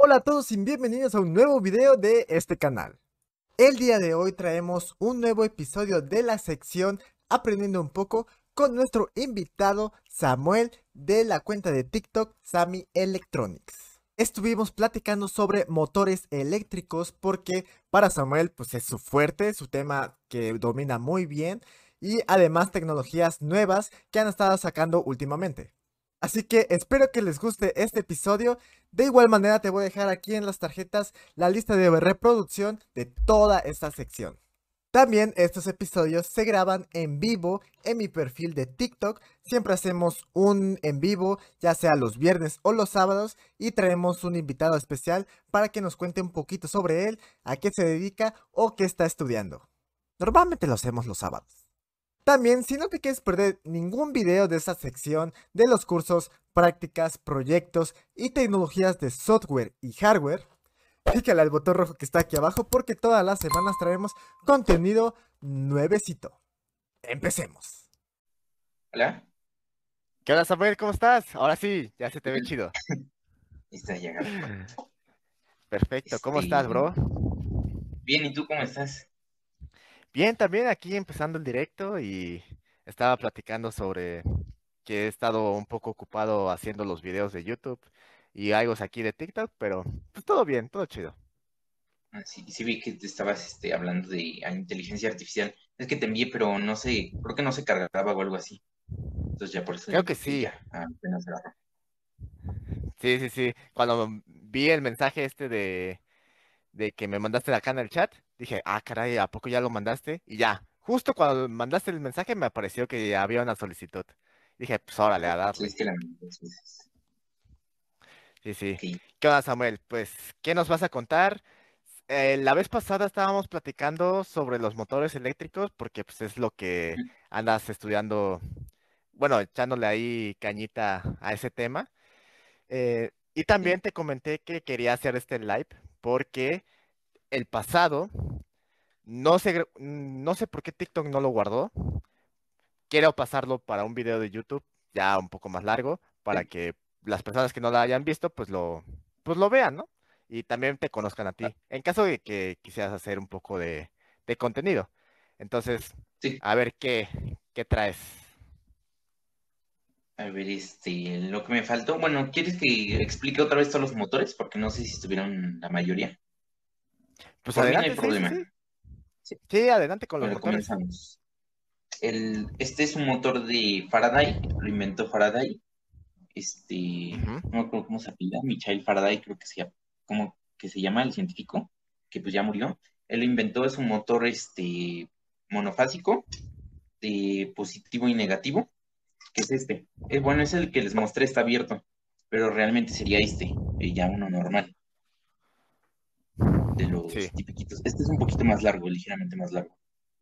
Hola a todos y bienvenidos a un nuevo video de este canal. El día de hoy traemos un nuevo episodio de la sección Aprendiendo un poco con nuestro invitado Samuel de la cuenta de TikTok Sammy Electronics. Estuvimos platicando sobre motores eléctricos porque para Samuel pues es su fuerte, su tema que domina muy bien y además tecnologías nuevas que han estado sacando últimamente. Así que espero que les guste este episodio. De igual manera te voy a dejar aquí en las tarjetas la lista de reproducción de toda esta sección. También estos episodios se graban en vivo en mi perfil de TikTok. Siempre hacemos un en vivo, ya sea los viernes o los sábados, y traemos un invitado especial para que nos cuente un poquito sobre él, a qué se dedica o qué está estudiando. Normalmente lo hacemos los sábados. También, si no te quieres perder ningún video de esta sección de los cursos, prácticas, proyectos y tecnologías de software y hardware, pícale al botón rojo que está aquí abajo porque todas las semanas traemos contenido nuevecito. Empecemos. Hola, ¿Qué onda, Samuel? ¿Cómo estás? Ahora sí, ya se te ve chido. está llegando. Perfecto, ¿cómo estás, bro? Bien, ¿y tú cómo estás? Bien, también aquí empezando el directo y estaba platicando sobre que he estado un poco ocupado haciendo los videos de YouTube y algo aquí de TikTok, pero pues todo bien, todo chido. Sí vi que te estabas hablando de inteligencia artificial. Es que te envié, pero no sé, creo que no se cargaba o algo así. Entonces ya por eso Creo yo que creo que sí, ya apenas agarró. sí, sí, sí. Cuando vi el mensaje de que me mandaste acá en el chat, dije, ah, caray, ¿a poco ya lo mandaste? Y ya, justo cuando mandaste el mensaje me apareció que había una solicitud. Dije, pues órale, a Sí, darle. es que la mandé dos veces. Sí, sí. Ok. ¿Qué onda, Samuel? Pues, ¿qué nos vas a contar? La vez pasada estábamos platicando sobre los motores eléctricos porque pues es lo que Ujú. andas estudiando, bueno, echándole ahí cañita a ese tema. Y Sí. también te comenté que quería hacer este live porque el pasado, no sé por qué TikTok no lo guardó. Quiero pasarlo para un video de YouTube ya un poco más largo para Sí. que las personas que no la hayan visto pues lo vean, ¿no? Y también te conozcan a Ah, ti. En caso de que quisieras hacer un poco de contenido. Entonces, sí. a ver qué traes. A ver, lo que me faltó. Bueno, ¿quieres que explique otra vez todos los motores? Porque no sé si estuvieron la mayoría. Pues Por mí no hay adelante, sí, sí, problema. sí. Sí. Sí, adelante con los Bueno, motores. comenzamos. Este es un motor de Faraday, lo inventó Faraday. Ujú. No me acuerdo cómo se apellida, Michael Faraday, creo que como que se llama el científico, que pues ya murió. Él lo inventó, es un motor monofásico de positivo y negativo, que es este. Bueno, es el que les mostré, está abierto, pero realmente sería ya uno normal, de Sí, los tipiquitos. Este es un poquito más largo, ligeramente más largo.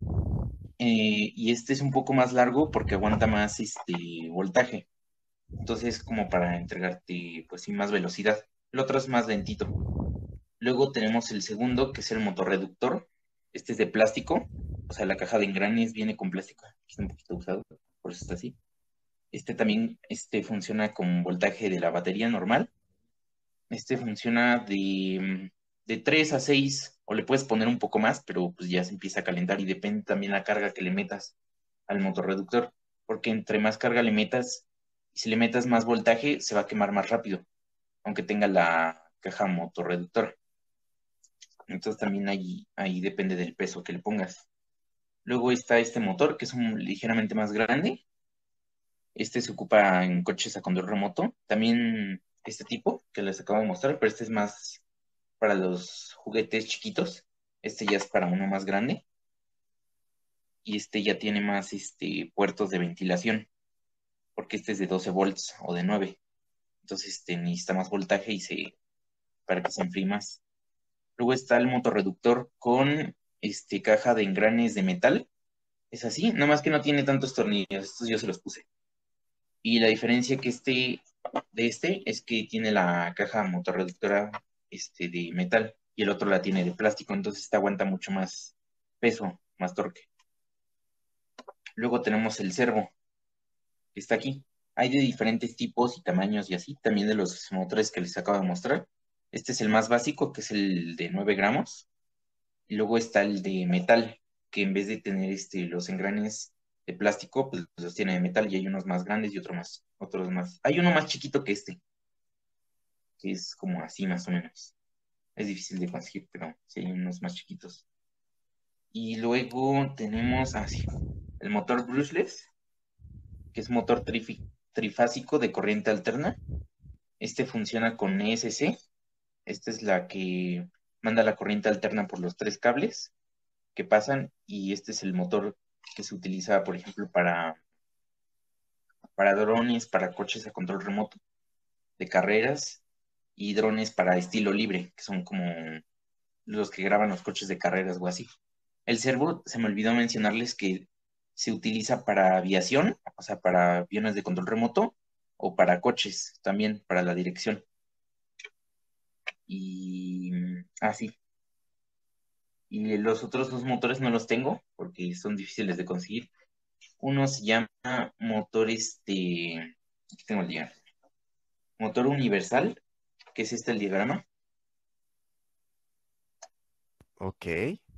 Y este es un poco más largo porque aguanta más voltaje. Entonces, como para entregarte, pues sí, más velocidad. El otro es más lentito. Luego tenemos el segundo, que es el motorreductor. Este es de plástico, o sea, la caja de engranes viene con plástico. Aquí está un poquito usado, por eso está así. Este también funciona con voltaje de la batería normal. Este funciona de 3 a 6, o le puedes poner un poco más, pero pues ya se empieza a calentar y depende también la carga que le metas al motorreductor, porque entre más carga le metas, y si le metas más voltaje, se va a quemar más rápido, aunque tenga la caja motorreductora. Entonces también ahí depende del peso que le pongas. Luego está este motor, que es ligeramente más grande. Este se ocupa en coches a control remoto. También este tipo, que les acabo de mostrar, pero este es más para los juguetes chiquitos. Este ya es para uno más grande. Y este ya tiene más puertos de ventilación, porque este es de 12 volts o de 9. Entonces necesita más voltaje para que se enfríe más. Luego está el motorreductor con caja de engranes de metal. Es así, nada más que no tiene tantos tornillos. Estos yo se los puse. Y la diferencia de este es que tiene la caja motorreductora de metal y el otro la tiene de plástico. Entonces este aguanta mucho más peso, más torque. Luego tenemos el servo, que está aquí. Hay de diferentes tipos y tamaños y así. También de los motores que les acabo de mostrar. Este es el más básico, que es el de 9 gramos. Y luego está el de metal, que en vez de tener los engranes de plástico, pues los tiene de metal y hay unos más grandes y otros más. Hay uno más chiquito que este, que es como así más o menos. Es difícil de conseguir, pero sí hay unos más chiquitos. Y luego tenemos así, el motor brushless, que es motor trifásico de corriente alterna. Este funciona con ESC. Esta es la que manda la corriente alterna por los tres cables que pasan y este es el motor que se utiliza, por ejemplo, para drones, para coches a control remoto de carreras y drones para estilo libre, que son como los que graban los coches de carreras o así. El servo, se me olvidó mencionarles que se utiliza para aviación, o sea, para aviones de control remoto o para coches también, para la dirección. Y así. Y los otros dos motores no los tengo porque son difíciles de conseguir. Uno se llama motor aquí tengo el diagrama. Motor universal, que es el diagrama. Ok,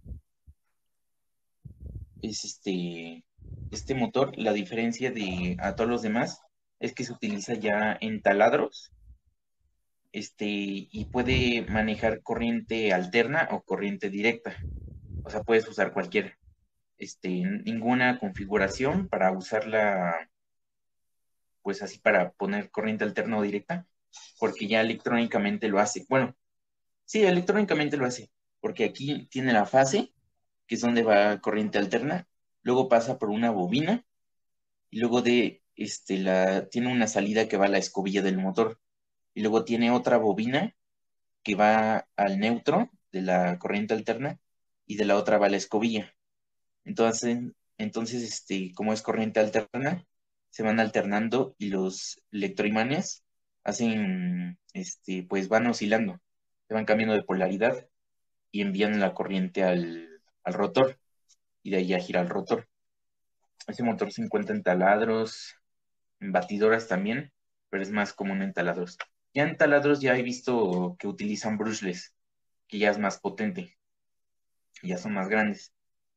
Es este motor, la diferencia de a todos los demás es que se utiliza ya en taladros, y puede manejar corriente alterna o corriente directa. O sea, puedes usar cualquier, ninguna configuración para usarla, pues así para poner corriente alterna o directa, porque ya electrónicamente lo hace. Bueno, sí, electrónicamente lo hace, porque aquí tiene la fase, que es donde va corriente alterna, luego pasa por una bobina y luego tiene una salida que va a la escobilla del motor y luego tiene otra bobina que va al neutro de la corriente alterna y de la otra va a la escobilla. Entonces, como es corriente alterna, se van alternando y los electroimanes pues van oscilando, se van cambiando de polaridad y envían la corriente al rotor y de ahí ya gira el rotor. Ese motor se encuentra en taladros, en batidoras también, pero es más común en taladros. Ya en taladros ya he visto que utilizan brushless, que ya es más potente, ya son más grandes.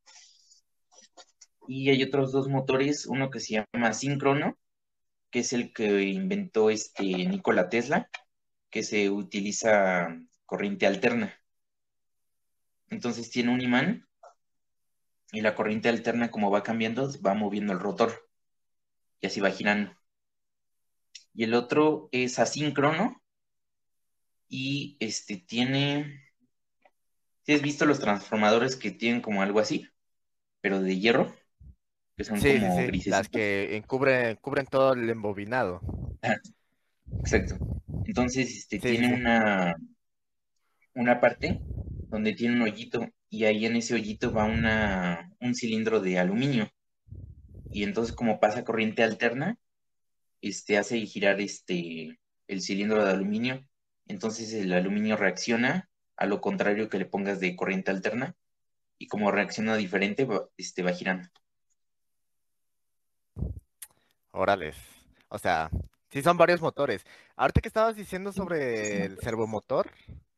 Y hay otros dos motores, uno que se llama síncrono, que es el que inventó Nikola Tesla, que se utiliza corriente alterna. Entonces tiene un imán y la corriente alterna, como va cambiando, va moviendo el rotor y así va girando. Y el otro es asíncrono y ¿sí has visto los transformadores que tienen como algo así, pero de hierro, que son sí, sí, como sí, las grisecitos? que cubren todo el embobinado. Ajá, exacto. Entonces, Sí, sí, tiene sí. una parte donde tiene un hoyito y ahí en ese hoyito va un cilindro de aluminio. Y entonces como pasa corriente alterna, hace girar el cilindro de aluminio. Entonces el aluminio reacciona a lo contrario que le pongas de corriente alterna y como reacciona diferente, va girando. Órales. O sea, sí son varios motores. Ahorita que estabas diciendo Sí, sobre sí. el servomotor,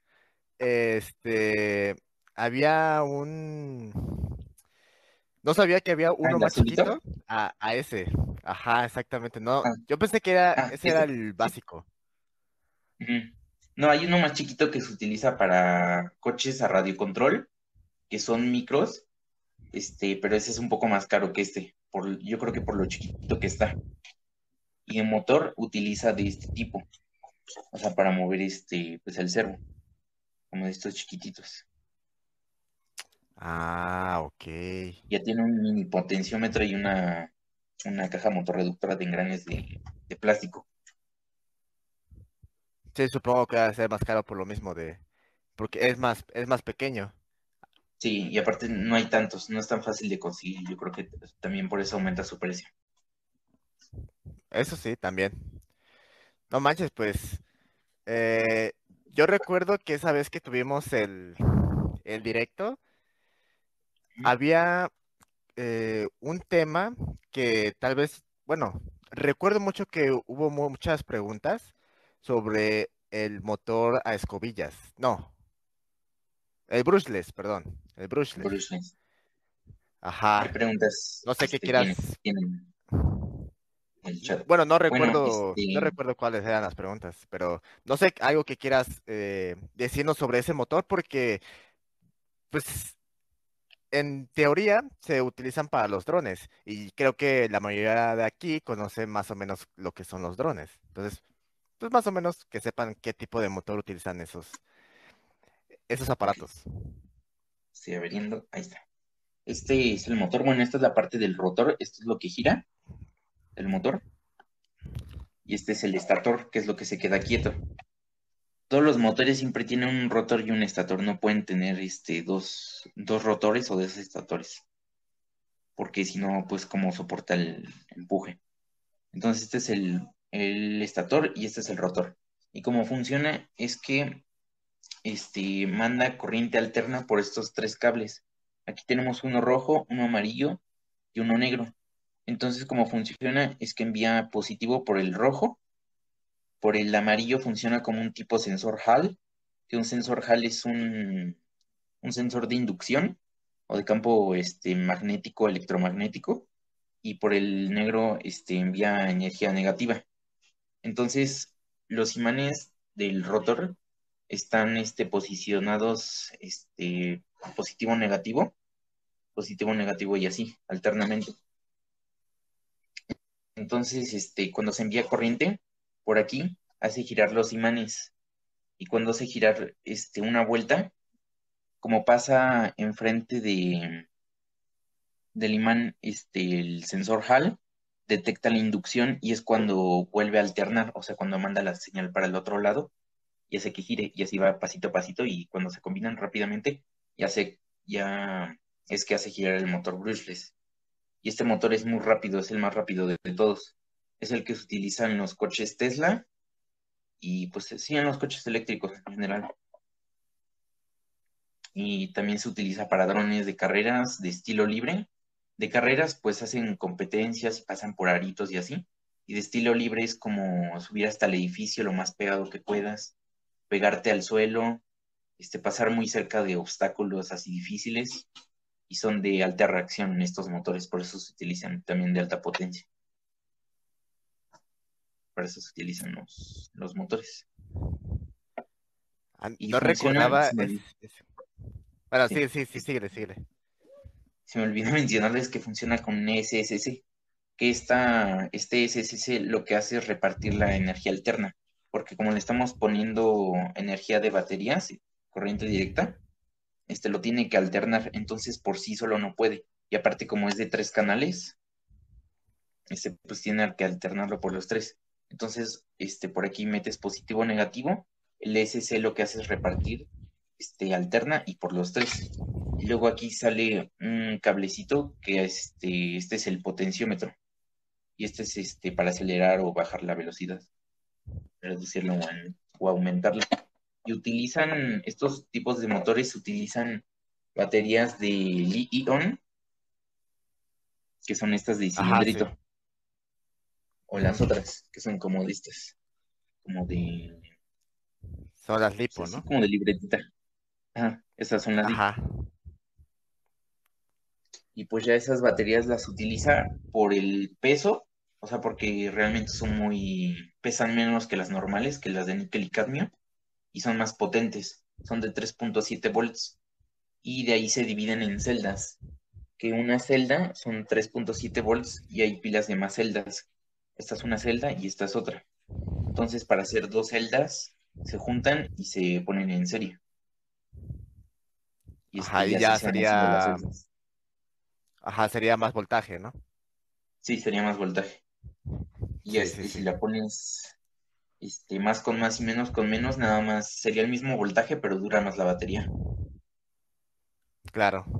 este, había un... No sabía que había Ah, uno el más azulito. chiquito a ese. Ajá, exactamente. No, Ah, yo pensé que ese era el sí. básico. Ujú. No, hay uno más chiquito que se utiliza para coches a radiocontrol, que son micros, pero ese es un poco más caro que yo creo que por lo chiquito que está. Y el motor utiliza de este tipo, o sea, para mover pues el servo, como de estos chiquititos. Ah, ok. Ya tiene un mini potenciómetro y una caja motorreductora de engranes de plástico. Sí, supongo que va a ser más caro por lo mismo porque es más pequeño. Sí, y aparte no hay tantos, no es tan fácil de conseguir. Yo creo que también por eso aumenta su precio. Eso sí, también. No manches, pues, eh, yo recuerdo que esa vez que tuvimos el directo, había un tema que tal vez, bueno, recuerdo mucho que hubo muchas preguntas sobre el motor a escobillas. No, el brushless, perdón. El brushless. Bruce Lee. ¿Qué Ajá. preguntas No sé qué quieras. tienen en el chat? Bueno, Bueno, no recuerdo cuáles eran las preguntas, pero no sé algo que quieras decirnos sobre ese motor, porque, pues, en teoría se utilizan para los drones y creo que la mayoría de aquí conoce más o menos lo que son los drones. Entonces, pues más o menos que sepan qué tipo de motor utilizan esos ok, aparatos. estoy abriendo, ahí está. Este es el motor, bueno, esta es la parte del rotor, esto es lo que gira, el motor, y este es el estator, que es lo que se queda quieto. Todos los motores siempre tienen un rotor y un estator, no pueden tener dos rotores o dos estatores, porque si no, pues cómo soporta el empuje. Entonces este es el estator y este es el rotor. Y cómo funciona es que manda corriente alterna por estos tres cables. Aquí tenemos uno rojo, uno amarillo y uno negro. Entonces, cómo funciona es que envía positivo por el rojo, por el amarillo funciona como un tipo sensor Hall, que un sensor Hall es un sensor de inducción o de campo magnético electromagnético, y por el negro envía energía negativa. Entonces, los imanes del rotor están posicionados positivo, negativo y así, alternamente. Entonces, cuando se envía corriente por aquí, hace girar los imanes. Y cuando hace girar una vuelta, como pasa enfrente del imán, el sensor Hall detecta la inducción y es cuando vuelve a alternar, o sea, cuando manda la señal para el otro lado y hace que gire y así va pasito a pasito, y cuando se combinan rápidamente, ya es que hace girar el motor brushless. Y este motor es muy rápido, es el más rápido de todos. Es el que se utiliza en los coches Tesla y pues sí, en los coches eléctricos en general. Y también se utiliza para drones de carreras de estilo libre. De carreras pues hacen competencias y pasan por aritos y así. Y de estilo libre es como subir hasta el edificio lo más pegado que puedas, pegarte al suelo, pasar muy cerca de obstáculos así difíciles, y son de alta reacción en estos motores, por eso se utilizan también de alta potencia. Para eso se utilizan los motores. Y No funciona, recordaba. Bueno, sí, sí, sí, sí, síguele, síguele. se me olvidó mencionarles que funciona con SSC, que este SSC lo que hace es repartir la energía alterna, porque como le estamos poniendo energía de baterías, corriente directa, lo tiene que alternar, entonces por sí solo no puede. Y aparte como es de tres canales, pues tiene que alternarlo por los tres. Entonces, por aquí metes positivo o negativo, el SC lo que hace es repartir, alterna y por los tres. Y luego aquí sale un cablecito que este es el potenciómetro. Y este es para acelerar o bajar la velocidad, reducirla o aumentarla. Y estos tipos de motores utilizan baterías de Li-ion, que son estas de Ajá, sí. cilindrito, o las Ujú. otras, que son como de estas, como de, Son las pues lipo, así ¿no? como de libretita. Ajá, esas son las LiPo. Ajá. Y pues ya esas baterías las utiliza por el peso, o sea, porque realmente pesan menos que las normales, que las de níquel y cadmio, y son más potentes, son de 3.7 volts, y de ahí se dividen en celdas, que una celda son 3.7 volts y hay pilas de más celdas. Esta es una celda y esta es otra. Entonces, para hacer dos celdas, se juntan y se ponen en serie. Y, Ajá, y y así ya se van haciendo las sería. celdas. Ajá, sería más voltaje, ¿no? Sí, sería más voltaje. Y Sí, sí, si sí. la pones más con más y menos con menos, nada más sería el mismo voltaje, pero dura más la batería. Claro.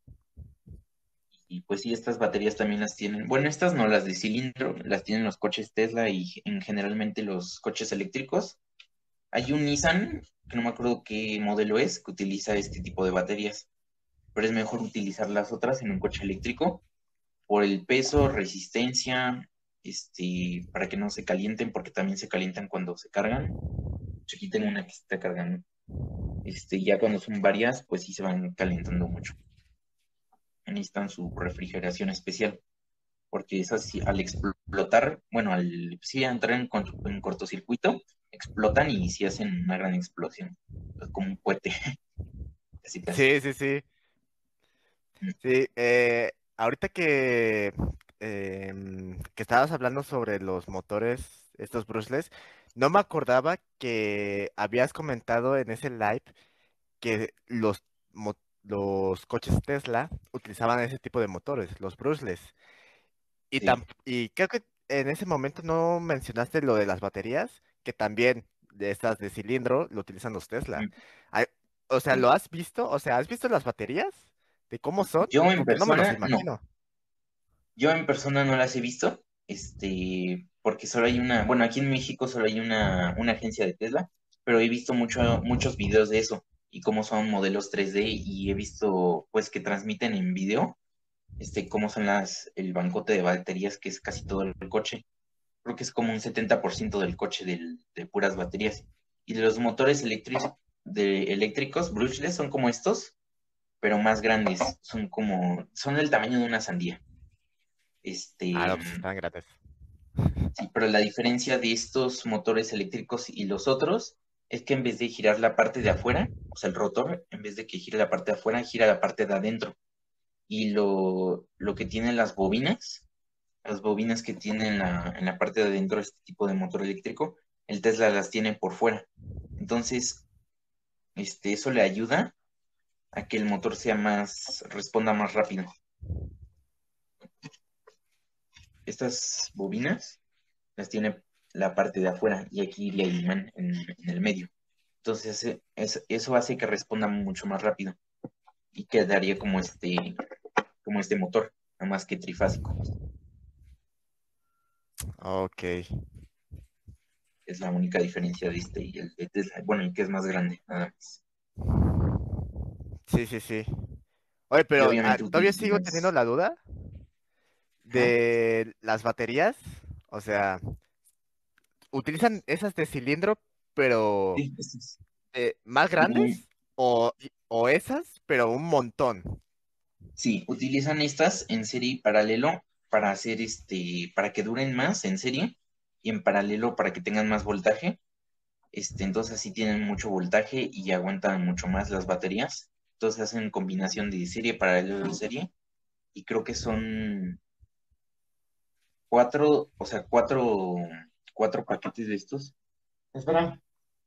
Y pues sí, estas baterías también las tienen. Bueno, estas no, las de cilindro, las tienen los coches Tesla y generalmente los coches eléctricos. Hay un Nissan, que no me acuerdo qué modelo es, que utiliza este tipo de baterías, pero es mejor utilizar las otras en un coche eléctrico por el peso, resistencia, para que no se calienten, porque también se calientan cuando se cargan. aquí tengo una que se está cargando. Ya cuando son varias, pues sí se van calentando mucho. Necesitan su refrigeración especial, porque esas sí, al explotar, bueno, al sí entrar en cortocircuito, explotan y sí hacen una gran explosión, como un cohete, casi casi. Sí, sí, sí. Sí, ahorita que estabas hablando sobre los motores, estos brushless, no me acordaba que habías comentado en ese live que los coches Tesla utilizaban ese tipo de motores, los brushless. Sí. Y creo que en ese momento no mencionaste lo de las baterías, que también de estas de cilindro lo utilizan los Tesla. Mm, Ay, o sea, sí. ¿lo has visto? O sea, ¿has visto las baterías? ¿De cómo son? Yo en Porque no me los persona, no. imagino. Yo en persona no las he visto, porque solo hay una, bueno, aquí en México solo hay una agencia de Tesla, pero he visto muchos videos de eso y cómo son modelos 3D y he visto, pues, que transmiten en video, cómo son el bancote de baterías, que es casi todo el coche. Creo que es como un 70% del coche de puras baterías. Y de los motores eléctricos, brushless, son como estos, pero más grandes, son del tamaño de una sandía. Ah, Este, no, pues están grandes. Sí, pero la diferencia de estos motores eléctricos y los otros es que en vez de girar la parte de afuera, o sea, el rotor, en vez de que gire la parte de afuera, gira la parte de adentro. Y lo que tienen las bobinas que tienen en la parte de adentro este tipo de motor eléctrico, el Tesla las tiene por fuera. Entonces, eso le ayuda a que el motor responda más rápido. Estas bobinas las tiene la parte de afuera y aquí le imán en el medio. Entonces, eso hace que responda mucho más rápido y quedaría como este motor, nada más que trifásico. Ok. Es la única diferencia de este y el de Tesla. Bueno, y que es más grande, nada más. Sí, sí, sí. Oye, Y pero obviamente todavía utiliza sigo teniendo más. la duda Ajá. de las baterías. O sea, ¿utilizan esas de cilindro, pero Sí, más no, grandes? O esas, pero un montón? sí, utilizan estas en serie y paralelo para hacer para que duren más en serie y en paralelo para que tengan más voltaje. Entonces así tienen mucho voltaje y aguantan mucho más las baterías. Entonces hacen combinación de serie, paralelo de serie. Y creo que son cuatro, o sea, cuatro paquetes de estos. Espera.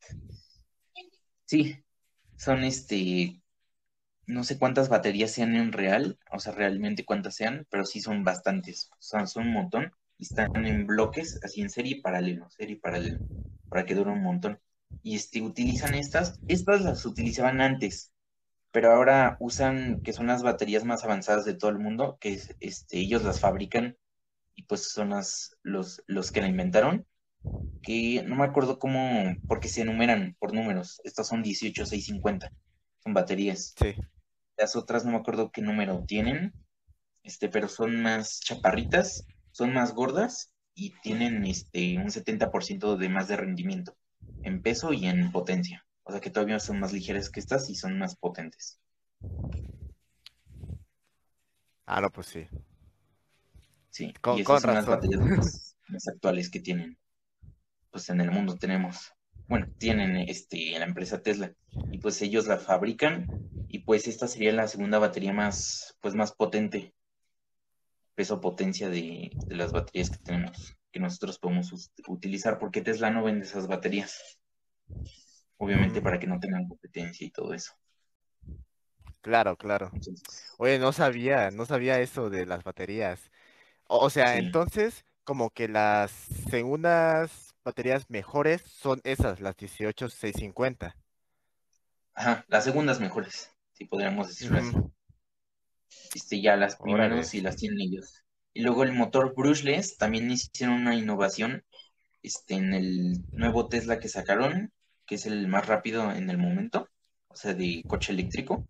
Sí, son no sé cuántas baterías sean en real, o sea, realmente cuántas sean, pero sí son bastantes. Son un montón y están en bloques, así en serie y paralelo, para que dure un montón. Y utilizan estas las utilizaban antes, pero ahora usan, que son las baterías más avanzadas de todo el mundo, que ellos las fabrican y pues son los que la inventaron, que no me acuerdo cómo, porque se enumeran por números. Estas son 18650 son baterías. Sí. Las otras no me acuerdo qué número tienen, pero son más chaparritas, son más gordas y tienen un 70% de más de rendimiento en peso y en potencia. O sea que todavía son más ligeras que estas y son más potentes. Ah, no, pues sí. Sí, y Con, esas con son las razón. baterías más actuales que tienen, pues en el mundo tenemos. Bueno, tienen la empresa Tesla y pues ellos la fabrican y pues esta sería la segunda batería más potente, peso-potencia de las baterías que tenemos, que nosotros podemos utilizar, porque Tesla no vende esas baterías, obviamente Mm, para que no tengan competencia y todo eso. claro, claro. Entonces, Oye, no sabía eso de las baterías. O sea, sí, entonces, como que las segundas baterías mejores son esas, las 18650. ajá, las segundas mejores, si podríamos decirlo así. Ujú. Ya las primeros Órale. sí las tienen ellos. Y luego el motor brushless también hicieron una innovación, en el nuevo Tesla que sacaron, que es el más rápido en el momento, o sea, de coche eléctrico.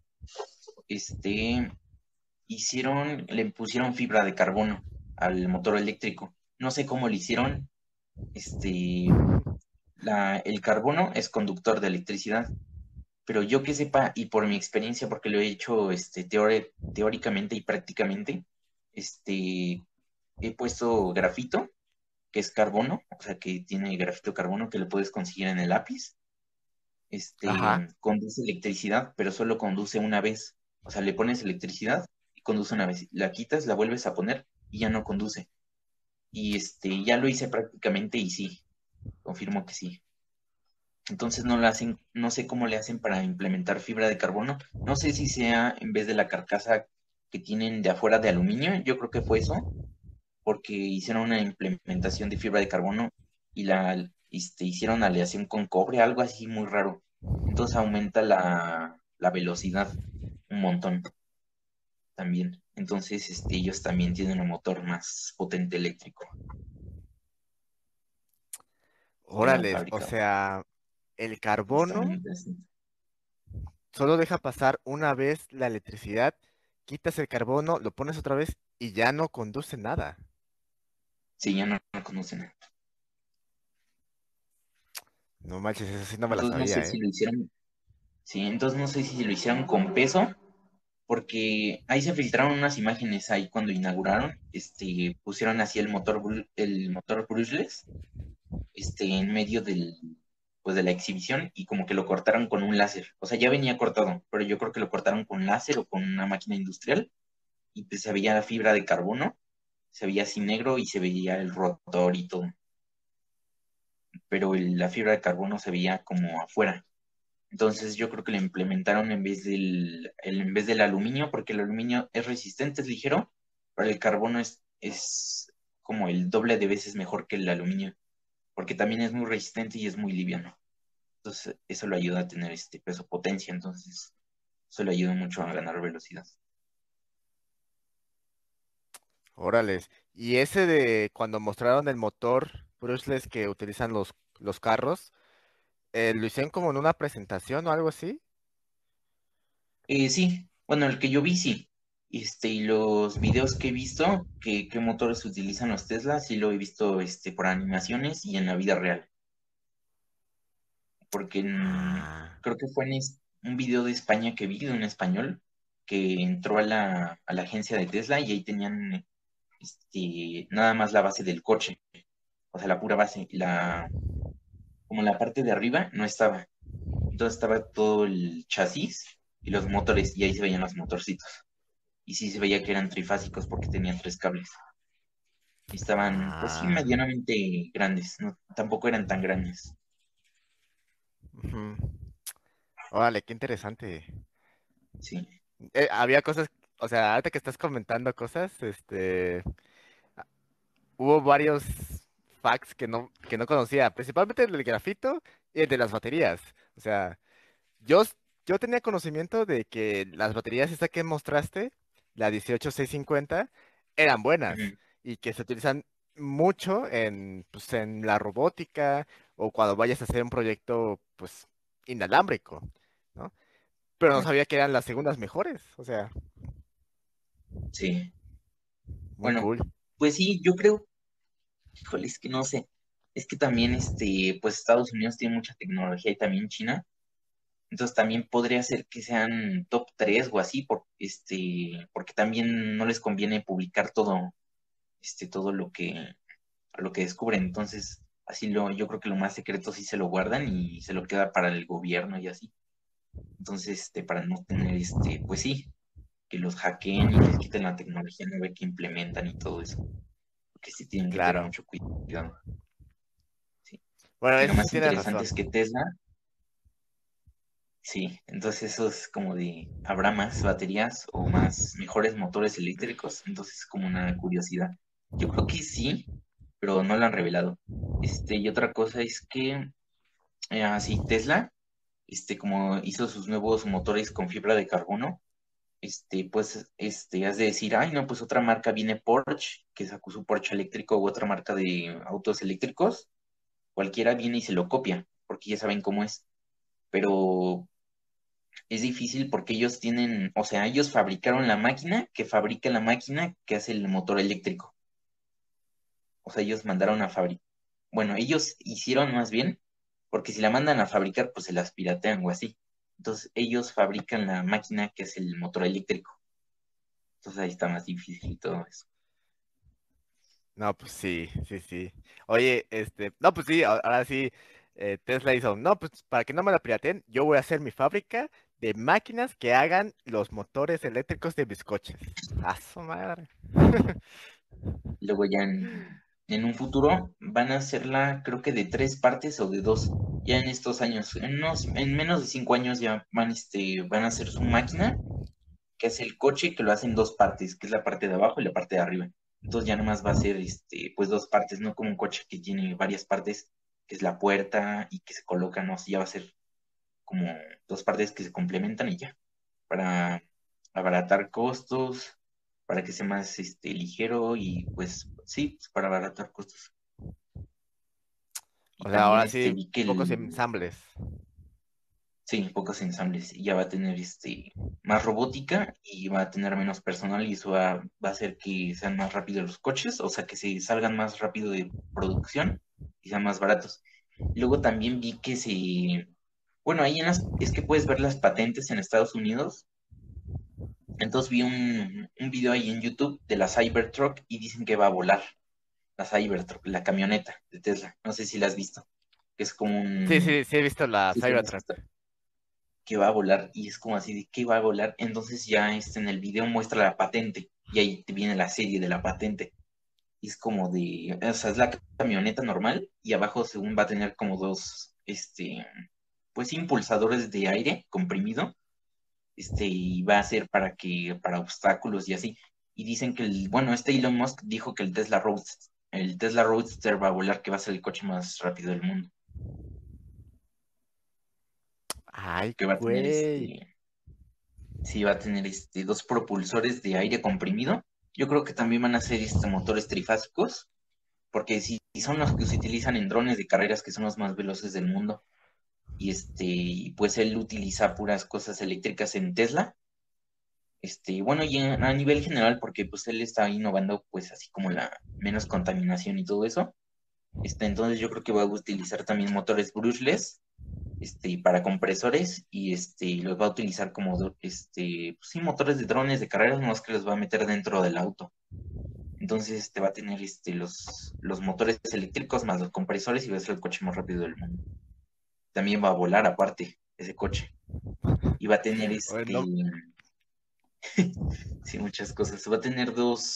Le pusieron fibra de carbono al motor eléctrico. No sé cómo lo hicieron, este, el carbono es conductor de electricidad, pero yo que sepa, y por mi experiencia, porque lo he hecho teóricamente y prácticamente, he puesto grafito, que es carbono, o sea, que tiene grafito carbono que lo puedes conseguir en el lápiz, Ajá. conduce electricidad, pero solo conduce una vez. O sea, le pones electricidad y conduce una vez. La quitas, la vuelves a poner y ya no conduce. Y ya lo hice prácticamente y sí, confirmo que sí. Entonces no lo hacen, no sé cómo le hacen para implementar fibra de carbono. No sé si sea en vez de la carcasa que tienen de afuera de aluminio, yo creo que fue eso, porque hicieron una implementación de fibra de carbono y hicieron aleación con cobre, algo así muy raro. Entonces aumenta la velocidad un montón también. Entonces, ellos también tienen un motor más potente eléctrico que la Órale, o fábrica. sea, el Está muy carbono interesante. solo deja pasar una vez la electricidad, quitas el carbono, lo pones otra vez y ya no conduce nada. Sí, ya no conocen. No manches, eso sí no me la Entonces no sé sabía, si ¿eh? lo hicieron, sí, entonces no sé si lo hicieron con peso, porque ahí se filtraron unas imágenes ahí cuando inauguraron, pusieron así el motor brushless, en medio pues de la exhibición y como que lo cortaron con un láser. O sea, ya venía cortado, pero yo creo que lo cortaron con láser o con una máquina industrial y pues se veía la fibra de carbono, se veía así negro y se veía el rotor y todo, pero la fibra de carbono se veía como afuera. Entonces yo creo que lo implementaron en vez del aluminio, porque el aluminio es resistente, es ligero, pero el carbono es como el doble de veces mejor que el aluminio, porque también es muy resistente y es muy liviano. Entonces eso lo ayuda a tener este peso potencia, entonces eso le ayuda mucho a ganar velocidad. Órales. Y ese de cuando mostraron el motor brushless que utilizan los carros, ¿lo hicieron como en una presentación o algo así? Sí, bueno, el que yo vi sí. Y los videos que he visto, qué motores utilizan los Tesla, sí lo he visto por animaciones y en la vida real. Porque Ah, creo que fue un video de España que vi, de un español, que entró a la agencia de Tesla y ahí tenían nada más la base del coche, o sea, la pura base, como la parte de arriba no estaba. Entonces estaba todo el chasis y los motores, y ahí se veían los motorcitos. Y sí se veía que eran trifásicos porque tenían 3 cables. Y estaban, pues sí, ah, medianamente grandes, no, tampoco eran tan grandes. ujú. Órale, qué interesante. Sí. Había cosas, o sea, ahorita que estás comentando cosas, hubo varios facts que no conocía, principalmente el del grafito y el de las baterías. O sea, Yo, yo tenía conocimiento de que las baterías esta que mostraste, la 18650, eran buenas Ujú. y que se utilizan mucho pues, en la robótica o cuando vayas a hacer un proyecto pues inalámbrico, ¿no? Pero no sabía que eran las segundas mejores, o sea, Sí. muy Bueno, cool. pues sí, yo creo. Híjole, es que no sé. Es que también, pues Estados Unidos tiene mucha tecnología y también China. Entonces también podría ser que sean top 3 o así, porque también no les conviene publicar todo lo que descubren. Entonces, así yo creo que lo más secreto sí se lo guardan y se lo queda para el gobierno y así. Entonces, para no tener, pues sí, que los hackeen y les quiten la tecnología nueva que implementan y todo eso. Porque sí tienen que tener Claro. mucho cuidado. Sí. Bueno, Y lo eso sí más tienes interesante razón. es que Tesla, sí, entonces eso es como ¿habrá más baterías o más mejores motores eléctricos? Entonces es como una curiosidad. Yo creo que sí, pero no lo han revelado. Y otra cosa es que, sí, Tesla, como hizo sus nuevos motores con fibra de carbono, pues, has de decir, ay, no, pues otra marca viene Porsche, que sacó su Porsche eléctrico u otra marca de autos eléctricos, cualquiera viene y se lo copia, porque ya saben cómo es. Pero es difícil porque ellos tienen, o sea, ellos fabricaron la máquina que fabrica la máquina que hace el motor eléctrico. O sea, ellos mandaron a fabricar. Bueno, ellos hicieron más bien. porque si la mandan a fabricar, pues se las piratean o así. Entonces ellos fabrican la máquina que es el motor eléctrico. Entonces ahí está más difícil y todo eso. No, pues sí, sí, sí. Oye, no, pues sí, ahora sí, Tesla hizo, no, pues para que no me la pirateen, yo voy a hacer mi fábrica de máquinas que hagan los motores eléctricos de mis coches. ¡A su madre! Luego ya en un futuro van a hacerla, creo que de 3 partes o de dos. Ya en estos años, en menos de 5 años ya van a hacer su máquina, que es el coche, que lo hacen 2 partes, que es la parte de abajo y la parte de arriba. Entonces ya nomás va a ser pues 2 partes, no como un coche que tiene varias partes, que es la puerta y que se colocan, no, ya va a ser como 2 partes que se complementan y ya, para abaratar costos, para que sea más ligero y pues sí, pues, para abaratar costos. Y O sea, también ahora sí, vi que pocos ensambles. sí, pocos ensambles, y ya va a tener más robótica y va a tener menos personal y eso va a hacer que sean más rápidos los coches, o sea, que se salgan más rápido de producción y sean más baratos. Luego también vi que bueno, ahí es que puedes ver las patentes en Estados Unidos. Entonces vi un video ahí en YouTube de la Cybertruck y dicen que va a volar la Cybertruck, la camioneta de Tesla. No sé si la has visto, que es como Sí, un... sí, sí, he visto la Sí, sí, la has Cybertruck. visto, que va a volar y es como así de que va a volar. Entonces ya en el video muestra la patente y ahí te viene la serie de la patente. Y es como o sea, es la camioneta normal y abajo según va a tener como dos, pues impulsadores de aire comprimido, y va a ser para obstáculos y así. Y dicen que bueno, Elon Musk dijo que el Tesla Roadster va a volar, que va a ser el coche más rápido del mundo, Ay, que va a tener güey. sí, va a tener dos propulsores de aire comprimido. Yo creo que también van a ser motores trifásicos, porque sí, son los que se utilizan en drones de carreras, que son los más veloces del mundo. Y pues él utiliza puras cosas eléctricas en Tesla. Bueno, y a nivel general, porque pues él está innovando pues así como la menos contaminación y todo eso. Entonces yo creo que va a utilizar también motores brushless, para compresores y los va a utilizar como, pues sí, motores de drones de carreras, no que los va a meter dentro del auto. Entonces, va a tener los motores eléctricos más los compresores y va a ser el coche más rápido del mundo. También va a volar aparte ese coche. Y va a tener Oye, no, sí, muchas cosas. Va a tener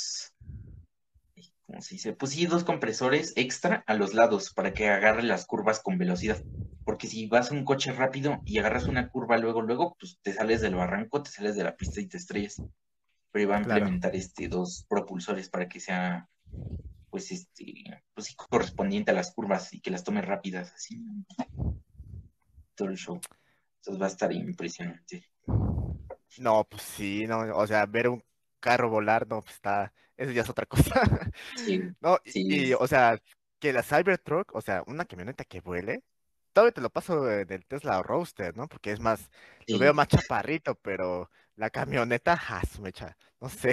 ¿cómo se dice? Pues sí, 2 compresores extra a los lados para que agarre las curvas con velocidad. Porque si vas a un coche rápido y agarras una curva luego, pues te sales del barranco, te sales de la pista y te estrellas. Pero va a claro. implementar 2 propulsores para que sea, pues, pues sí, correspondiente a las curvas y que las tome rápidas, así, todo el show. Entonces va a estar impresionante. No, pues sí, no, o sea, ver un carro volar, no, pues está, eso ya es otra cosa. Sí, No, sí, o sea, que la Cybertruck, o sea, una camioneta que vuele, todavía te lo paso del Tesla Roadster, ¿no? Porque es más, lo veo sí, más chaparrito, pero la camioneta, su mecha, no sé.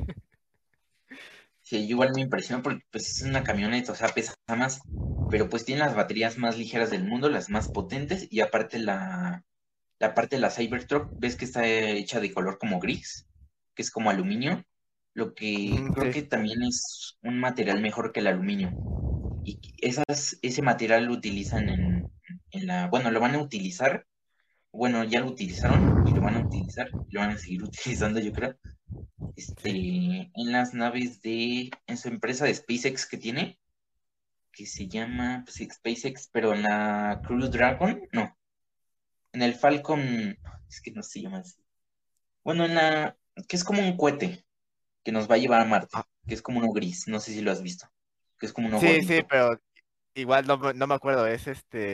sí, igual me impresiona porque pues es una camioneta, o sea, pesa más, pero pues tiene las baterías más ligeras del mundo, las más potentes, y aparte la parte de la Cybertruck, ves que está hecha de color como gris, que es como aluminio, lo que Ujú, creo sí, que también es un material mejor que el aluminio. Y ese material lo utilizan bueno, lo van a utilizar, bueno, ya lo utilizaron y lo van a utilizar, y lo van a seguir utilizando, yo creo, sí. en las naves en su empresa de SpaceX que se llama pues, SpaceX, pero en la Crew Dragon, no, en el Falcon, es que no se llama así. Bueno, que es como un cohete que nos va a llevar a Ah, Marte, que es como uno gris, no sé si lo has visto, que es como uno sí, sí, gordito. pero igual no, no me acuerdo, es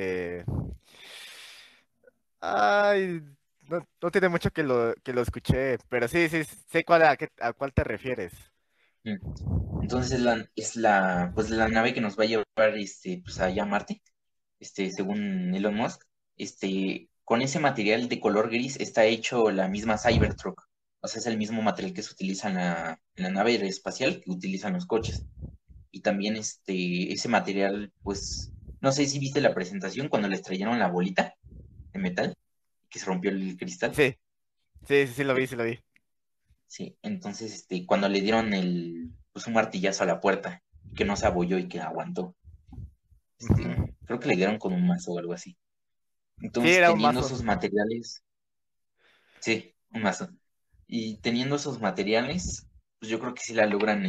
Ay, no, no tiene mucho que lo escuché, pero sí, sí, sé a cuál te refieres. Mm. Entonces pues la nave que nos va a llevar pues allá a Marte, según Elon Musk, con ese material de color gris está hecho la misma Cybertruck. O sea, es el mismo material que se utiliza en la nave espacial que utilizan los coches. Y también ese material, pues, No sé si viste la presentación cuando le estrellaron la bolita de metal, que se rompió el cristal. Sí, sí, sí, sí lo vi, sí lo vi. Sí, entonces, cuando le dieron pues un martillazo a la puerta, que no se abolló y que aguantó, Ujú. creo que le dieron con un mazo o algo así. Sí, Entonces, era un teniendo mazo. esos materiales, sí, un mazo. Y teniendo esos materiales, pues yo creo que sí la logran,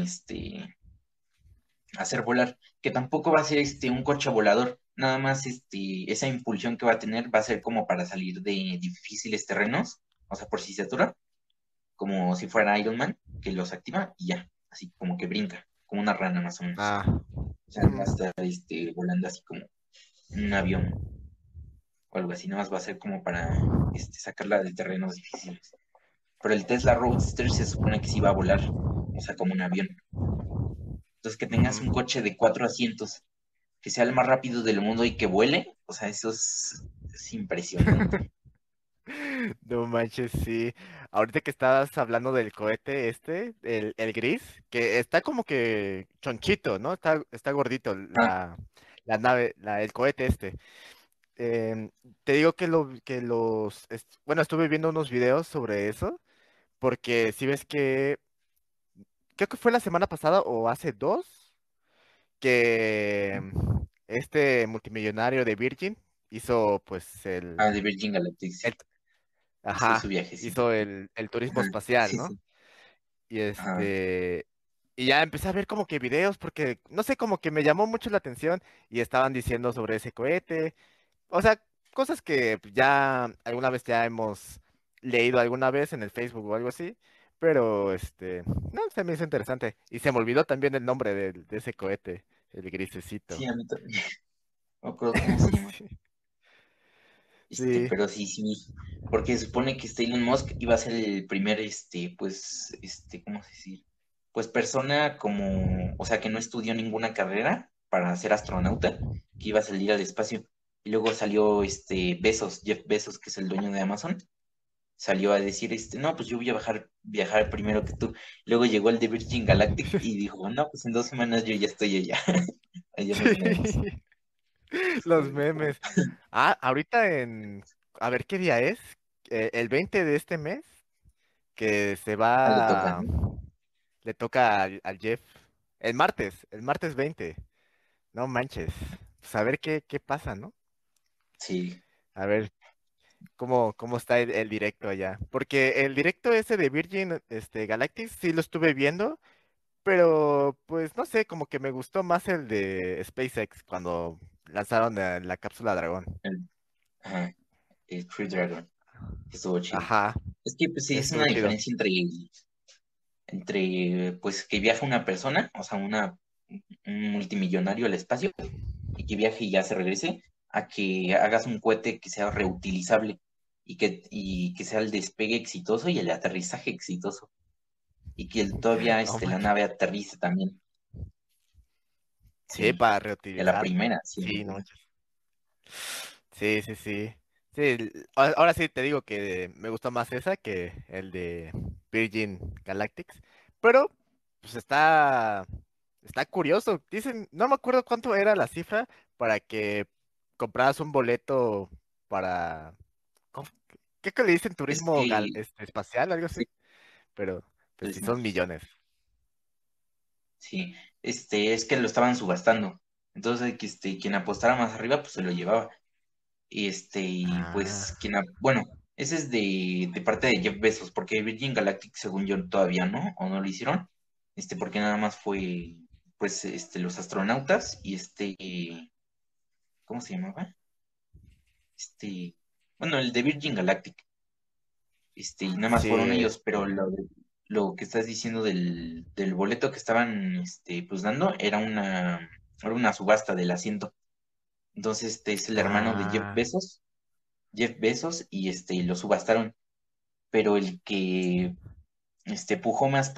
hacer volar, que tampoco va a ser un coche volador, nada más esa impulsión que va a tener va a ser como para salir de difíciles terrenos, o sea, por si se atura, como si fuera Iron Man, que los activa y ya, así como que brinca, como una rana más o menos. Ah. O sea, no va a estar volando así como un avión o algo así, nada más va a ser como para sacarla de terrenos difíciles. Pero el Tesla Roadster se supone que sí va a volar, o sea, como un avión. Entonces, que tengas un Ujú. coche de 4 asientos que sea el más rápido del mundo y que vuele, o sea, eso es impresionante. No manches, sí. Ahorita que estabas hablando del cohete el gris, que está como que chonchito, ¿no? Está gordito Ah, la nave, el cohete este. Em, Te digo bueno, estuve viendo unos videos sobre eso, porque si ves que, creo que fue la semana pasada o hace dos, que este multimillonario de Virgin hizo pues de Virgin Galactic, el sí. Hizo su ajá, viajecito. hizo el turismo Ajá, espacial, sí, ¿no? sí. Y Ajá, y ya empecé a ver como que videos porque, no sé, como que me llamó mucho la atención y estaban diciendo sobre ese cohete, o sea, cosas que pues, ya alguna vez ya hemos leído alguna vez en el Facebook o algo así, pero no, se me hizo interesante. Y se me olvidó también el nombre de ese cohete, el grisecito. sí, a mí también. No me acuerdo cómo se llama. Sí, Pero sí, sí. Porque se supone que Elon Musk iba a ser el primer, pues, ¿cómo se dice? Pues persona como, o sea, que no estudió ninguna carrera para ser astronauta, que iba a salir al espacio. Y luego salió Jeff Bezos, que es el dueño de Amazon, salió a decir, no, pues yo voy a viajar primero que tú. Luego llegó el de Virgin Galactic y dijo, no, pues en 2 semanas yo ya estoy allá. Allá nos vemos. sí, los memes. Ah, a ver qué día es, el 20 de este mes, que Ah, le toca, va, ¿no? le toca al Jeff, el martes 20. No manches, pues a ver qué pasa, ¿no? Sí. A ver cómo está el directo allá. Porque el directo ese de Virgin, Galactic, sí lo estuve viendo, pero pues no sé, como que me gustó más el de SpaceX cuando lanzaron la cápsula Dragón. El, ajá, el Crew Dragon. Estuvo chido. Ajá, Es que pues sí, es estuvo una chido. diferencia entre pues que viaja una persona, o sea, un multimillonario al espacio, y que viaje y ya se regrese, a que hagas un cohete que sea reutilizable y que sea el despegue exitoso y el aterrizaje exitoso. Y que todavía No la manches. nave aterrice también. Sí, Sí. para Y a la reutilizar. primera, sí, a la Sí, no primera. manches. Sí, sí, sí. Sí, ahora sí te digo que me gustó más esa que el de Virgin Galactics. Pero, pues está curioso. Dicen, no me acuerdo cuánto era la cifra para que compraras un boleto para, ¿cómo? ¿Qué que le dicen Es turismo que espacial, algo sí, así? Pero, pues sí turismo. son millones. Sí, es que lo estaban subastando. Entonces, que quien apostara más arriba, pues se lo llevaba. Y Ah, pues, bueno, ese es de parte de Jeff Bezos, porque Virgin Galactic, según yo, todavía no, o no lo hicieron. Porque nada más fue, pues, los astronautas y ¿cómo se llamaba? Bueno, el de Virgin Galactic. Y nada más fueron sí. ellos, pero lo que estás diciendo del boleto que estaban, pues dando, era una subasta del asiento. Entonces, este es el hermano de Ah, Jeff Bezos, y lo subastaron, pero el que pujó más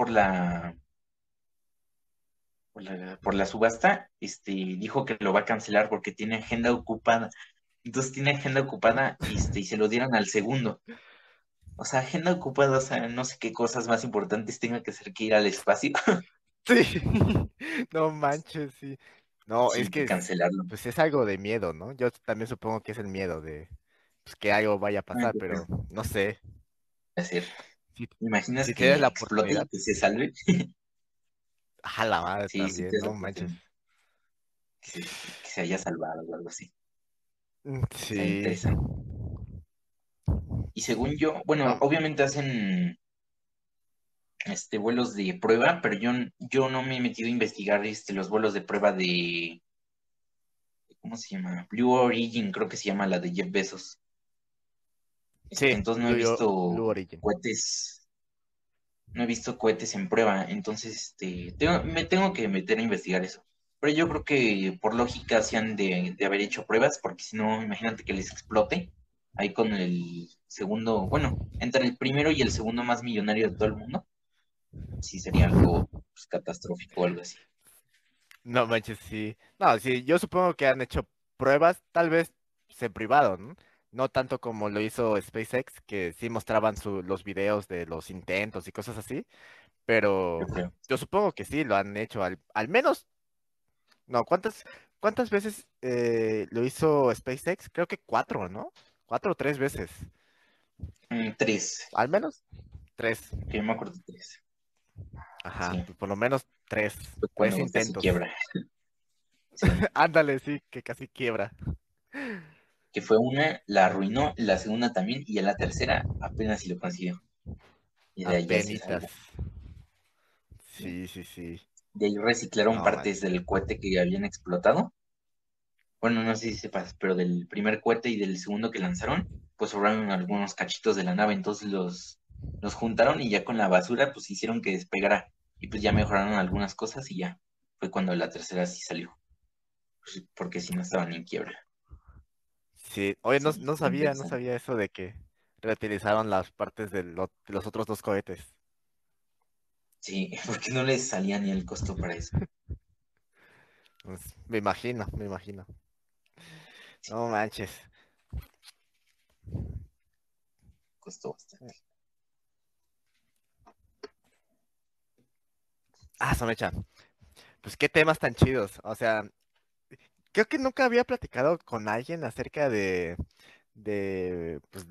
por la subasta, dijo que lo va a cancelar porque tiene agenda ocupada. Entonces tiene agenda ocupada, y se lo dieron al segundo. O sea, agenda ocupada, o sea, no sé qué cosas más importantes tenga que hacer que ir al espacio. sí. No manches, sí. No, es sí, que que cancelarlo. pues es algo de miedo, ¿no? Yo también supongo que es el miedo de pues, que algo vaya a Ah, pasar, yo creo pero no sé. hacer. Si, ¿Imaginas si tienes que la explote y oportunidad, que se salve? a la madre Sí, sí también, tienes la no manches. oportunidad que se haya salvado o algo así. Está Sí. interesante. Y según yo, bueno, No, obviamente hacen vuelos de prueba, pero yo no me he metido a investigar los vuelos de prueba de, ¿cómo se llama? Blue Origin, creo que se llama la de Jeff Bezos. sí, Entonces no he visto Blue Origin. cohetes, no he visto cohetes en prueba, entonces me tengo que meter a investigar eso. Pero yo creo que por lógica se han de haber hecho pruebas, porque si no, imagínate que les explote ahí con el segundo, bueno, entre el primero y el segundo más millonario de todo el mundo, sí sería algo pues, catastrófico o algo así. No manches, sí. No, sí, yo supongo que han hecho pruebas, tal vez en privado, ¿no? No tanto como lo hizo SpaceX, que sí mostraban los videos de los intentos y cosas así, Yo pero creo. yo supongo que sí lo han hecho, al menos, no, ¿cuántas veces lo hizo SpaceX? Creo que cuatro, ¿no? Cuatro o tres veces, Tres, al menos tres. que yo me acuerdo de tres. Ajá, Sí, pues por lo menos fue tres cuando casi intentos. quiebra. Sí, Ándale, sí, que casi quiebra. que fue una, la arruinó, la segunda también, y a la tercera apenas si lo consiguió. Y de ahí ya se Apenitas. salvó. Sí. Sí, sí, sí. De ahí reciclaron No partes manches. del cohete que habían explotado. Bueno, no sé si sepas, pero del primer cohete y del segundo que lanzaron, pues sobraron algunos cachitos de la nave, entonces los juntaron y ya con la basura, pues hicieron que despegara. Y pues ya mejoraron algunas cosas y ya. Fue cuando la tercera sí salió, pues, porque si no estaban en quiebra. Sí, oye, no, Sí, está no interesante. sabía eso de que reutilizaron las partes de los otros dos cohetes. Sí, porque no les salía ni el costo para eso. Pues, me imagino. Sí, No manches. costó bastante. Ah, Somecha, pues qué temas tan chidos. O sea, creo que nunca había platicado con alguien acerca pues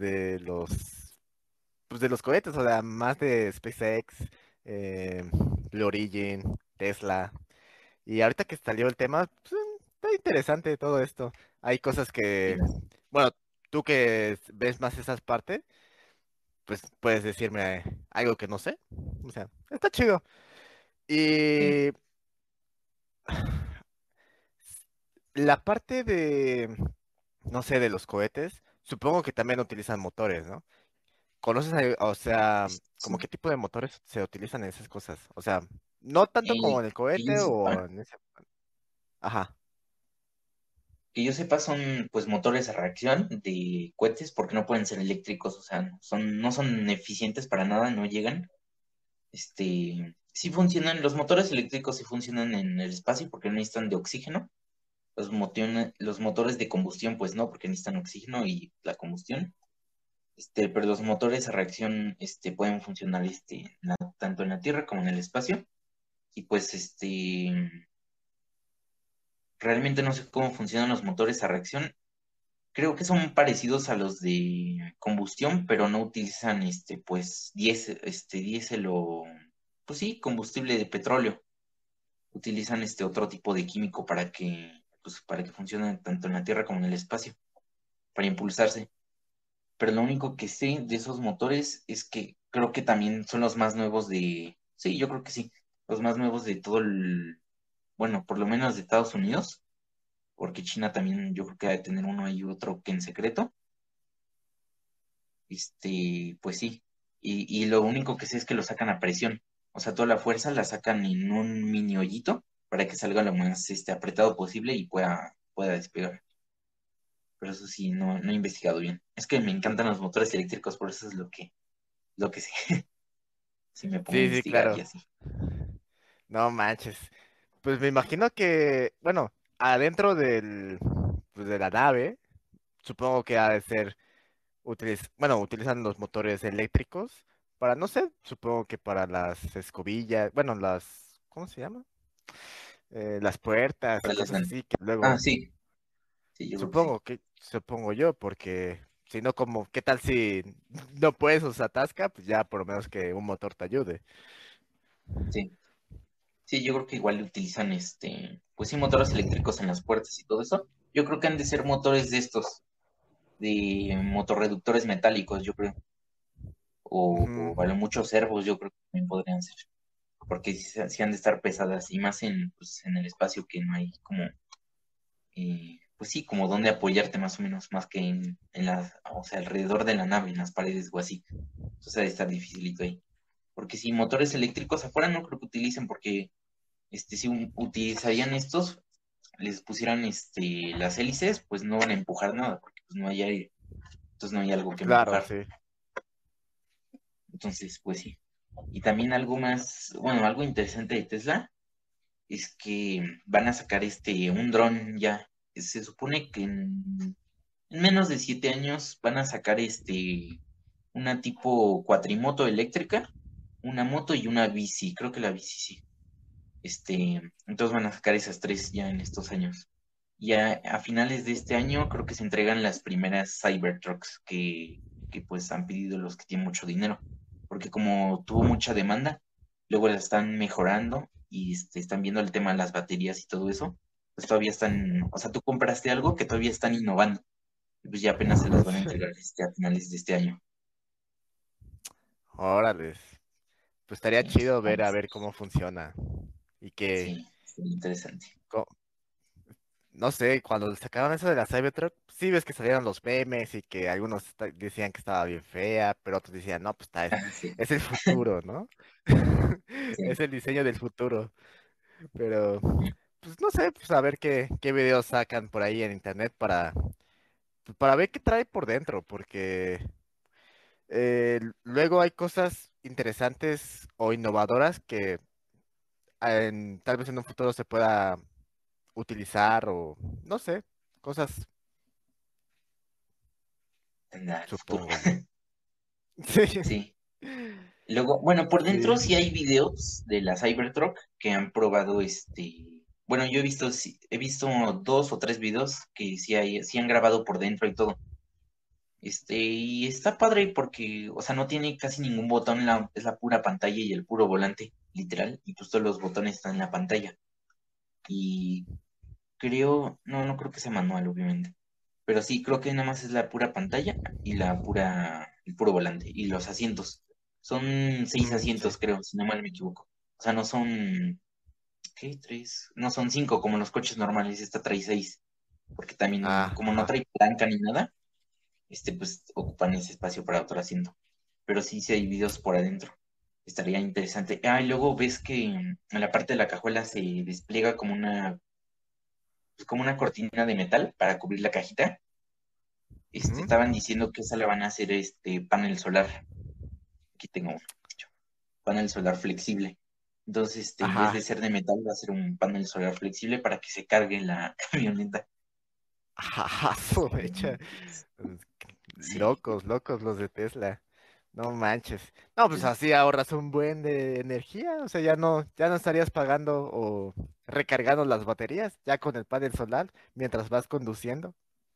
de los cohetes, o sea, más de SpaceX, eh, Blue Origin, Tesla. Y ahorita que salió el tema, pues, está interesante todo esto. Hay cosas Sí, que, bueno, tú que ves más esas partes, pues puedes decirme algo que no sé. O sea, está chido. sí, Y la parte de, no sé, de los cohetes, supongo que también utilizan motores, ¿no? ¿Conoces, o sea, como sí. qué tipo de motores se utilizan en esas cosas? O sea, no tanto como en el Que yo cohete o sepa, en ese... Ajá. que yo sepa son pues motores a reacción de cohetes porque no pueden ser eléctricos, o sea, no son eficientes para nada, no llegan. Sí funcionan, los motores eléctricos sí funcionan en el espacio porque no necesitan de oxígeno. Los motores de combustión, pues no, porque necesitan oxígeno y la combustión. Pero los motores a reacción, pueden funcionar, tanto en la Tierra como en el espacio. Y pues, realmente no sé cómo funcionan los motores a reacción. Creo que son parecidos a los de combustión, pero no utilizan, pues, diésel o, pues sí, combustible de petróleo. Utilizan otro tipo de químico para que funcione tanto en la Tierra como en el espacio, para impulsarse. Pero lo único que sé de esos motores es que creo que también son los más nuevos sí, yo creo que sí, los más nuevos de bueno, por lo menos de Estados Unidos, porque China también yo creo que debe tener uno y otro que en secreto. Pues sí. Y lo único que sé es que lo sacan a presión. O sea, toda la fuerza la sacan en un mini hoyito para que salga lo más apretado posible y pueda despegar. Pero eso sí, no he investigado bien. Es que me encantan los motores eléctricos, por eso es lo que sé. Si me pongo a Sí, sí, investigar y claro. así. No manches. Pues me imagino que, bueno, adentro pues de la nave, supongo que ha de ser, bueno, utilizan los motores eléctricos para, no sé, supongo que para las escobillas, bueno, ¿cómo se llama? las puertas y Para las cosas ventanas. así, que Ah, luego, sí, sí, yo creo que sí. supongo yo, porque si no, como, ¿qué tal si no puedes o se atasca? Pues ya por lo menos que un motor te ayude. Sí, sí, yo creo que igual utilizan pues sí, motores eléctricos en las puertas y todo eso. Yo creo que han de ser motores de estos, de motorreductores metálicos, yo creo. Ujú. O a lo muchos servos, yo creo que también podrían ser. Porque sí han de estar pesadas y más pues, en el espacio que no hay como, pues sí, como donde apoyarte más o menos, más que en o sea, alrededor de la nave, en las paredes o así. Entonces ha de estar dificilito ahí. Porque si motores eléctricos afuera no creo que utilicen, porque si utilizarían estos, les pusieran las hélices, pues no van a empujar nada, porque pues no hay aire. Entonces no hay algo que Claro, empujar. sí. Entonces, pues sí. Y también algo más, bueno, algo interesante de Tesla es que van a sacar un dron ya. Se supone que en menos de 7 años van a sacar una tipo cuatrimoto eléctrica, una moto y una bici. Creo que la bici sí. Entonces van a sacar esas tres ya en estos años. Ya a finales de este año creo que se entregan las primeras Cybertrucks que pues han pedido los que tienen mucho dinero. Porque como tuvo mucha demanda, luego la están mejorando y están viendo el tema de las baterías y todo eso. Pues todavía están, o sea, tú compraste algo que todavía están innovando. Y pues ya apenas se las van a entregar a finales de este año. Órale. Pues estaría Sí, chido ver a ver cómo funciona. Y que, sí, sería interesante. co- no sé, cuando sacaron eso de la Cybertruck, sí ves que salieron los memes y que algunos decían que estaba bien fea, pero otros decían, no, pues Ah, sí, es el futuro, ¿no? sí. Es el diseño del futuro. Pero, pues no sé, pues a ver qué videos sacan por ahí en internet para ver qué trae por dentro, porque luego hay cosas interesantes o innovadoras que tal vez en un futuro se pueda utilizar o no sé, cosas, Anda, el futuro. supongo yo. Sí, Sí. Luego, bueno, por dentro sí. sí hay videos de la Cybertruck que han probado bueno, yo he visto, he visto 2 o 3 videos que sí han grabado por dentro y todo. Y está padre porque, o sea, no tiene casi ningún botón, es la pura pantalla y el puro volante, literal, y pues todos los botones están en la pantalla. Y no creo que sea manual, obviamente, pero sí creo que nada más es la pura pantalla y el puro volante y los asientos. Son 6 asientos, Sí. creo, si no mal me equivoco. O sea, no son, ¿qué? Tres, no son 5 como los coches normales, esta trae 6, porque también, Ah, como no ajá. trae palanca ni nada, pues ocupan ese espacio para otro asiento. Pero sí hay videos por adentro. Estaría interesante. Ah, y luego ves que en la parte de la cajuela se despliega como una cortina de metal para cubrir la cajita. Ujú. Estaban diciendo que esa la van a hacer panel solar. Aquí tengo panel solar flexible. Entonces, en vez de Ajá. ser de metal, va a ser un panel solar flexible para que se cargue en la camioneta. Ajá, su mecha. Sí, Locos, locos los de Tesla. No manches. No, pues sí, así ahorras un buen de energía. O sea, ya no estarías pagando o recargando las baterías ya con el panel solar mientras vas conduciendo.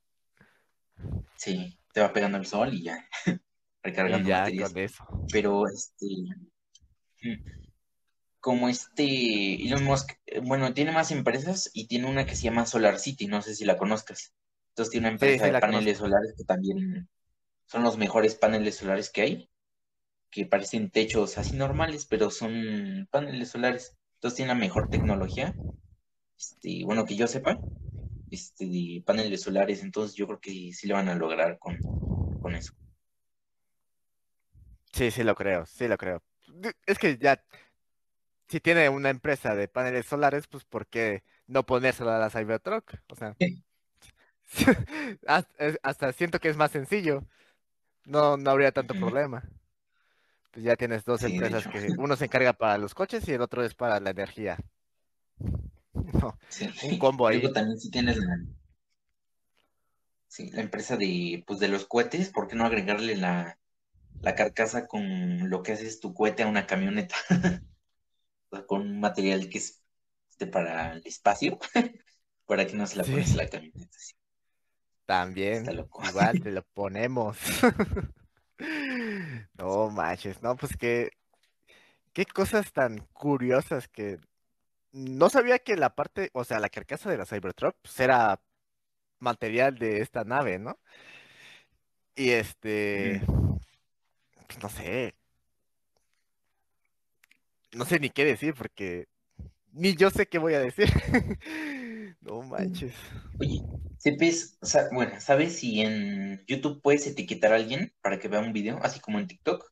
sí, te va pegando el sol y ya, Y recargando ya baterías. con eso. Pero como Elon Musk, bueno, tiene más empresas y tiene una que se llama Solar City, no sé si la conozcas. Entonces tiene una Sí, empresa sí, de la paneles conozco. solares que también son los mejores paneles solares que hay, que parecen techos así normales, pero son paneles solares. Entonces tiene la mejor tecnología, bueno, que yo sepa, de paneles solares, entonces yo creo que sí lo van a lograr con eso. Sí, sí lo creo, sí lo creo. Es que ya, si tiene una empresa de paneles solares, pues ¿por qué no ponérselo a la Cybertruck? O sea, hasta siento que es más sencillo. No habría tanto Ujú. problema. Pues ya tienes dos Sí, de empresas hecho, que uno se encarga para los coches y el otro es para la energía. No, sí. un combo Luego ahí. también sí tienes sí, la empresa pues de los cohetes, ¿por qué no agregarle la carcasa con lo que haces tu cohete a una camioneta? O sea, con un material que es para el espacio, para que no se la Sí, pones a la camioneta. Sí, está también, loco. igual te lo ponemos. No manches, no, pues qué cosas tan curiosas que no sabía que la parte, o sea, la carcasa de la Cybertruck pues, era material de esta nave, ¿no? Y Mm. pues no sé ni qué decir porque ni yo sé qué voy a decir. No manches. Oye, bueno, ¿sabes si en YouTube puedes etiquetar a alguien para que vea un video, así como en TikTok?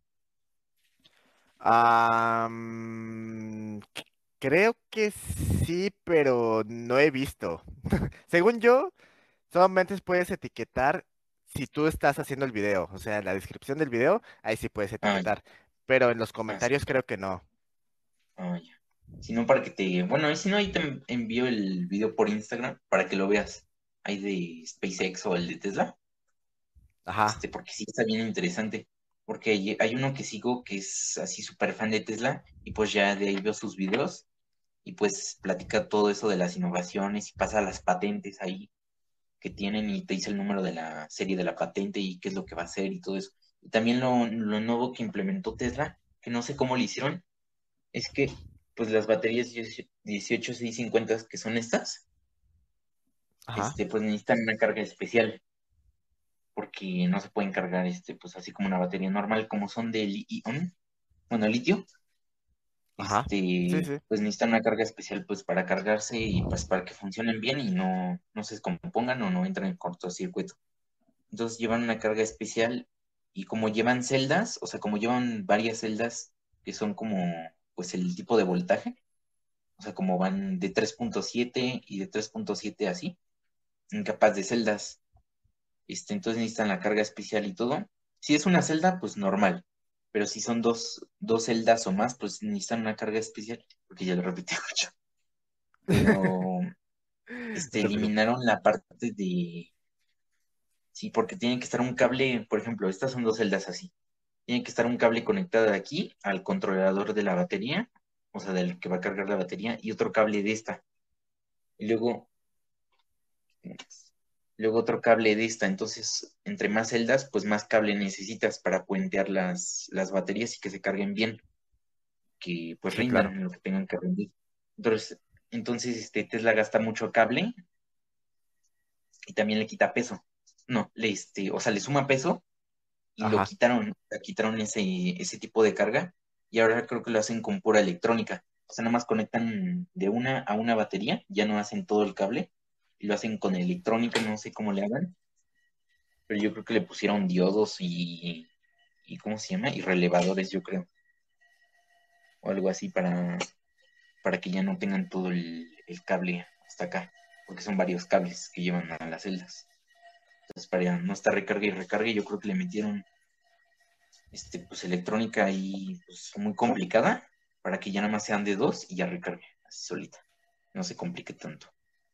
Creo que sí, pero no he visto. Según yo, solamente puedes etiquetar si tú estás haciendo el video. O sea, en la descripción del video, ahí sí puedes Ah, ya, etiquetar. Pero en los sí. comentarios creo que no. Ya. Si no, para que bueno, y si no, ahí te envío el video por Instagram para que lo veas. Ahí de SpaceX o el de Tesla. Ajá, Porque sí está bien interesante. Porque hay uno que sigo que es así súper fan de Tesla y pues ya de ahí veo sus videos y pues platica todo eso de las innovaciones y pasa las patentes ahí que tienen y te dice el número de la serie de la patente y qué es lo que va a hacer y todo eso. Y también lo nuevo que implementó Tesla, que no sé cómo lo hicieron, es que pues las baterías 18650 que son estas, ajá, pues necesitan una carga especial porque no se pueden cargar pues así como una batería normal, como son de ion, bueno, litio, ajá. Sí, sí. pues necesitan una carga especial pues para cargarse y pues para que funcionen bien y no se descompongan o no entren en cortocircuito. Entonces llevan una carga especial y como llevan celdas, o sea, como llevan varias celdas que son como pues el tipo de voltaje, o sea, como van de 3.7 y de 3.7 así, incapaz de celdas, entonces necesitan la carga especial y todo. Si es una celda, pues normal, pero si son dos celdas o más, pues necesitan una carga especial, porque ya lo repetí mucho, pero No te preocupes. eliminaron la parte de, sí, porque tiene que estar un cable, por ejemplo, estas son dos celdas así. Tiene que estar un cable conectado de aquí al controlador de la batería, o sea, del que va a cargar la batería, y otro cable de esta. Y luego otro cable de esta. Entonces, entre más celdas, pues más cable necesitas para puentear las baterías y que se carguen bien, que pues Sí, claro. rindan en lo que tengan que rendir. Entonces Tesla gasta mucho cable y también le quita peso. No, o sea, le suma peso y Ajá. le quitaron ese tipo de carga y ahora creo que lo hacen con pura electrónica. O sea, nada más conectan de una a una batería, ya no hacen todo el cable y lo hacen con electrónica, no sé cómo le hagan, pero yo creo que le pusieron diodos y ¿cómo se llama? Y relevadores, yo creo, o algo así para que ya no tengan todo el cable hasta acá, porque son varios cables que llevan a las celdas. Entonces, para no estar recarga y recarga, yo creo que le metieron pues electrónica ahí pues muy complicada para que ya nada más sean de dos y ya recargue así solita. No se complique tanto.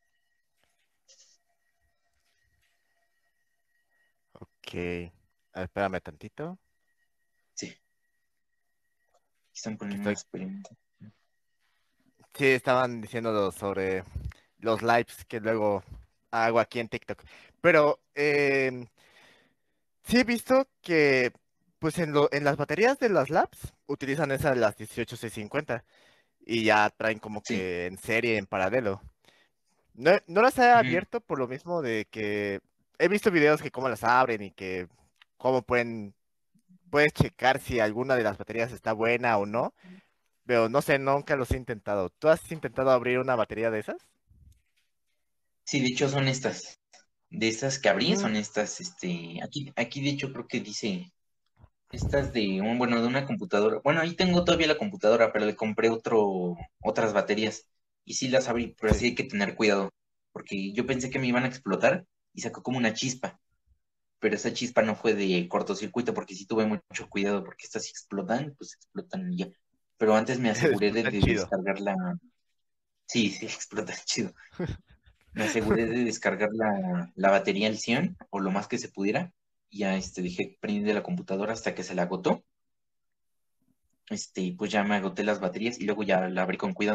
Ok. A ver, espérame tantito. Sí, están Que poniendo estoy... unas preguntas. Sí, estaban diciendo sobre los lives que luego hago aquí en TikTok. Pero sí he visto que pues en las baterías de las labs utilizan esas las 18650 y ya traen como Sí. que en serie, en paralelo. No las he Ujú. abierto por lo mismo de que he visto videos que cómo las abren y que cómo puedes checar si alguna de las baterías está buena o no. Pero no sé, nunca los he intentado. ¿Tú has intentado abrir una batería de esas? Sí, de hecho son estas. De estas que abrí, Mm, son estas, aquí de hecho creo que dice, estas bueno, de una computadora. Bueno, ahí tengo todavía la computadora, pero le compré otras baterías. Y sí las abrí, pero sí. sí hay que tener cuidado, porque yo pensé que me iban a explotar y sacó como una chispa. Pero esa chispa no fue de cortocircuito porque sí tuve mucho cuidado porque estas si explotan, pues explotan y ya. Pero antes me aseguré de, Explotan de chido. descargar sí, sí, explotan chido. Me aseguré de descargar la batería al 100 o lo más que se pudiera. Y ya dejé prendida la computadora hasta que se la agotó. Y pues ya me agoté las baterías y luego ya la abrí con cuidado.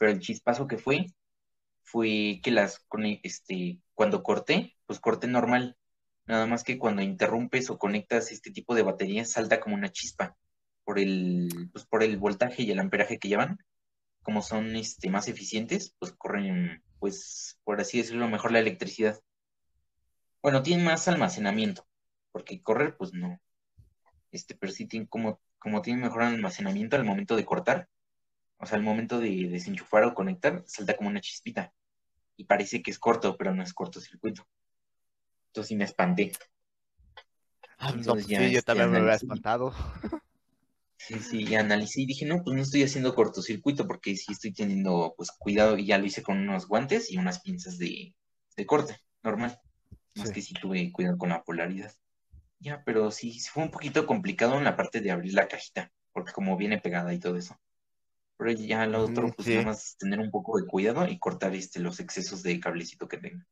pero el chispazo que fue que cuando corté, pues corté normal. Nada más que cuando interrumpes o conectas este tipo de baterías, salta como una chispa por el voltaje y el amperaje que llevan. Como son más eficientes, pues corren, pues, por así decirlo, mejor la electricidad. Bueno, tienen más almacenamiento, porque correr, pues no. Pero sí tienen como tienen mejor almacenamiento al momento de cortar, o sea, al momento de desenchufar o conectar, salta como una chispita. Y parece que es corto, pero no es cortocircuito. Entonces sí me espanté. Ah, no, Entonces pues ya sí, yo también me hubiera analicé. espantado. Sí, sí, y analicé y dije, no, pues no estoy haciendo cortocircuito porque sí estoy teniendo pues cuidado y ya lo hice con unos guantes y unas pinzas de corte, normal. Más Sí. que sí tuve cuidado con la polaridad. Ya, pero sí fue un poquito complicado en la parte de abrir la cajita, porque como viene pegada y todo eso. Pero ya lo otro, pues nada Sí, más tener un poco de cuidado y cortar los excesos de cablecito que tenga.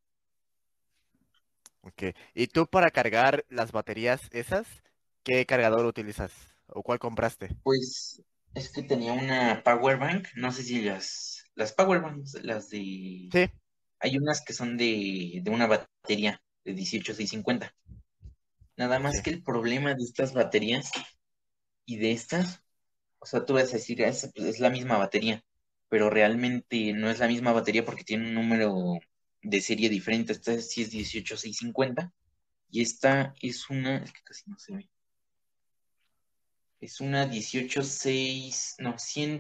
ok. ¿Y tú para cargar las baterías esas, qué cargador utilizas? ¿O cuál compraste? Pues es que tenía una power bank, no sé si las power banks, las de... Sí, Hay unas que son de una batería de 18650. Nada más sí. que el problema de estas baterías y de estas, o sea, tú vas a decir, es la misma batería, pero realmente no es la misma batería porque tiene un número de serie diferente. Esta sí es 18650 y esta es que casi no se ve, es una 186 no,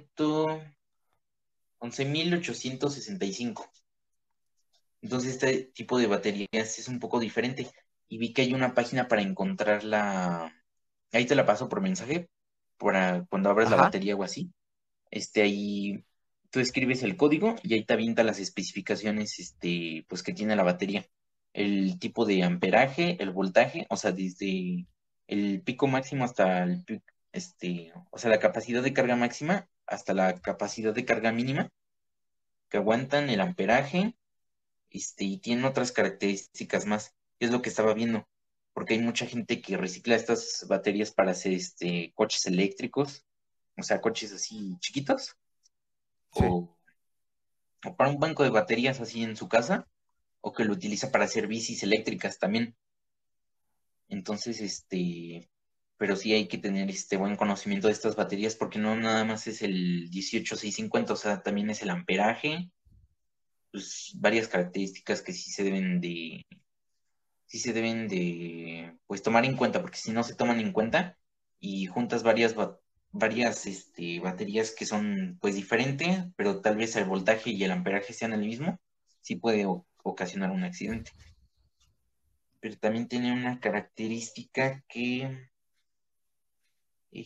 11.865. Entonces este tipo de baterías es un poco diferente y vi que hay una página para encontrarla. Ahí te la paso por mensaje para cuando abras la Ajá. batería o así. Ahí tú escribes el código y ahí te avienta las especificaciones, pues que tiene la batería. El tipo de amperaje, el voltaje, o sea, desde el pico máximo hasta el pico, o sea, la capacidad de carga máxima hasta la capacidad de carga mínima que aguantan el amperaje, y tienen otras características más. Es lo que estaba viendo, porque hay mucha gente que recicla estas baterías para hacer, coches eléctricos, o sea, coches así chiquitos Sí. o, o para un banco de baterías así en su casa, o que lo utiliza para hacer bicis eléctricas también. Entonces, pero sí hay que tener este buen conocimiento de estas baterías porque no nada más es el 18650, o sea, también es el amperaje, pues varias características que sí se deben de pues tomar en cuenta, porque si no se toman en cuenta y juntas varias baterías que son pues diferentes, pero tal vez el voltaje y el amperaje sean el mismo, sí puede ocasionar un accidente. Pero también tiene una característica que eh,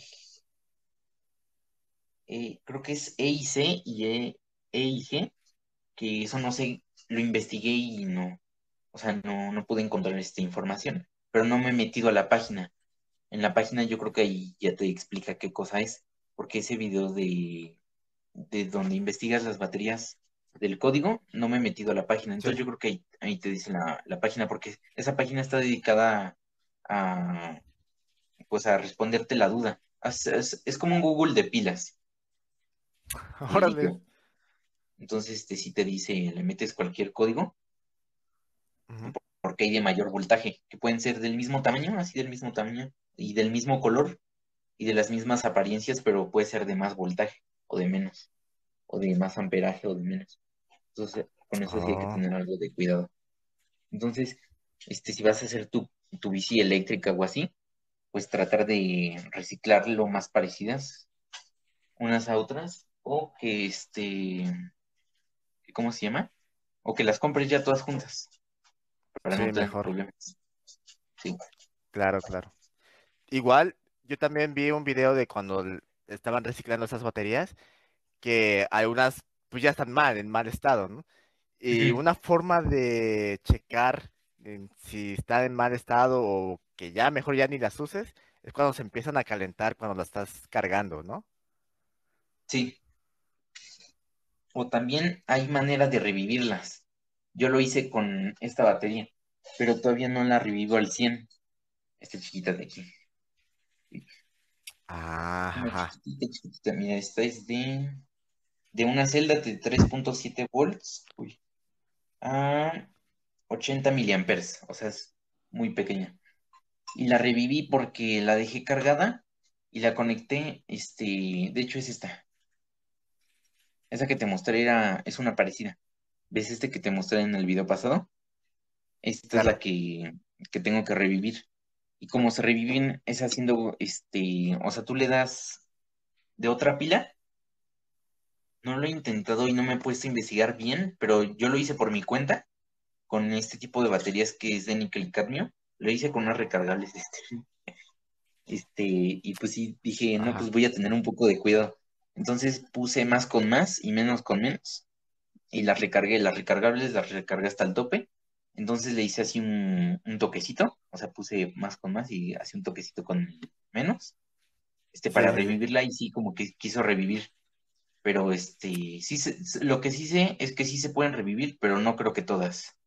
creo que es EIC y EIG, que eso no sé, lo investigué y no, o sea, no pude encontrar esta información, pero no me he metido a la página. En la página yo creo que ahí ya te explica qué cosa es, porque ese video de donde investigas las baterías del código, no me he metido a la página. Sí. Entonces yo creo que ahí te dice la página, porque esa página está dedicada a, pues a responderte la duda. Es como un Google de pilas, le digo Órale. yo. Entonces, sí te dice, le metes cualquier código, Ujú. porque hay de mayor voltaje, que pueden ser del mismo tamaño, así del mismo tamaño, y del mismo color, y de las mismas apariencias, pero puede ser de más voltaje o de menos, o de más amperaje o de menos. Entonces, con eso sí hay que Oh, tener algo de cuidado. Entonces, si vas a hacer tu bici eléctrica o así, pues tratar de reciclar lo más parecidas unas a otras, o que ¿cómo se llama? O que las compres ya todas juntas, para no sí, tener mejor. problemas. Sí. Claro, claro. Igual, yo también vi un video de cuando estaban reciclando esas baterías, que algunas pues ya están mal, en mal estado, ¿no? Y Ujú. una forma de checar si están en mal estado o que ya mejor ya ni las uses, es cuando se empiezan a calentar cuando las estás cargando, ¿no? Sí. O también hay manera de revivirlas. Yo lo hice con esta batería, pero todavía no la revivo al 100. Esta chiquita de aquí. Ah, Una ajá. chiquitita, chiquitita. Mira, esta es de de una celda de 3.7 volts a 80 miliamperes, o sea, es muy pequeña. Y la reviví porque la dejé cargada y la conecté, de hecho es esta. Esa que te mostré es una parecida. ¿Ves que te mostré en el video pasado? Esta es la Claro. que tengo que revivir. Y como se reviven es haciendo, o sea, tú le das de otra pila. No lo he intentado y no me he puesto a investigar bien, pero yo lo hice por mi cuenta con este tipo de baterías que es de níquel y cadmio. Lo hice con unas recargables, y pues sí, dije, no, pues Ajá. voy a tener un poco de cuidado. Entonces puse más con más y menos con menos. Y las recargué, las recargables las recargué hasta el tope. Entonces le hice así un toquecito, o sea, puse más con más y así un toquecito con menos, Sí, para sí, sí. revivirla y sí, como que quiso revivir. Pero sí, lo que sí sé es que sí se pueden revivir, pero no creo que todas.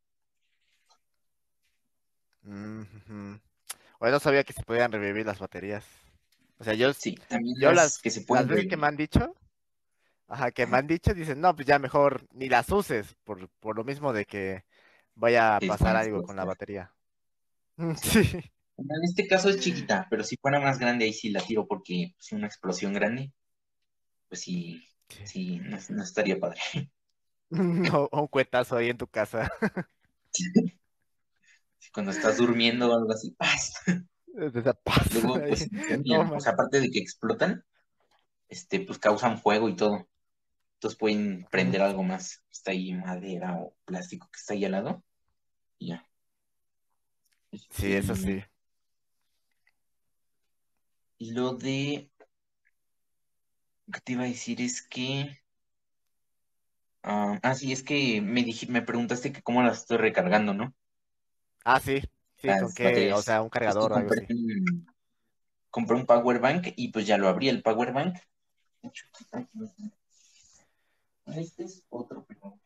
Ujú. Bueno, no sabía que se podían revivir las baterías. O sea, Sí, también yo las que se las pueden veces que me revivir. han dicho, ajá, que me Ajá, han dicho, dicen, no, pues ya mejor ni las uses, por lo mismo de que vaya a es pasar van a algo con la explotar. batería. Sí. Sí. Bueno, en este caso es chiquita, pero si fuera más grande ahí sí la tiro porque si una explosión grande, pues sí, Sí. sí, no, no estaría padre. No, un cuetazo ahí en tu casa. Cuando estás durmiendo o algo así, ¡paz! De esa paz Luego pues ahí. se No, incendian. O man. sea, aparte de que explotan, pues causan fuego y todo. Entonces pueden Mm, prender algo más. Está ahí madera o plástico que está ahí al lado. Y ya. sí, eso Este, sí. y lo que te iba a decir es que, sí, es que me preguntaste que cómo las estoy recargando, ¿no? Ah, sí. Sí, con Las qué, o baterías. sea, un Es que cargador o algo así. compré un power bank y pues ya lo abrí el power bank. De hecho, este es otro, pero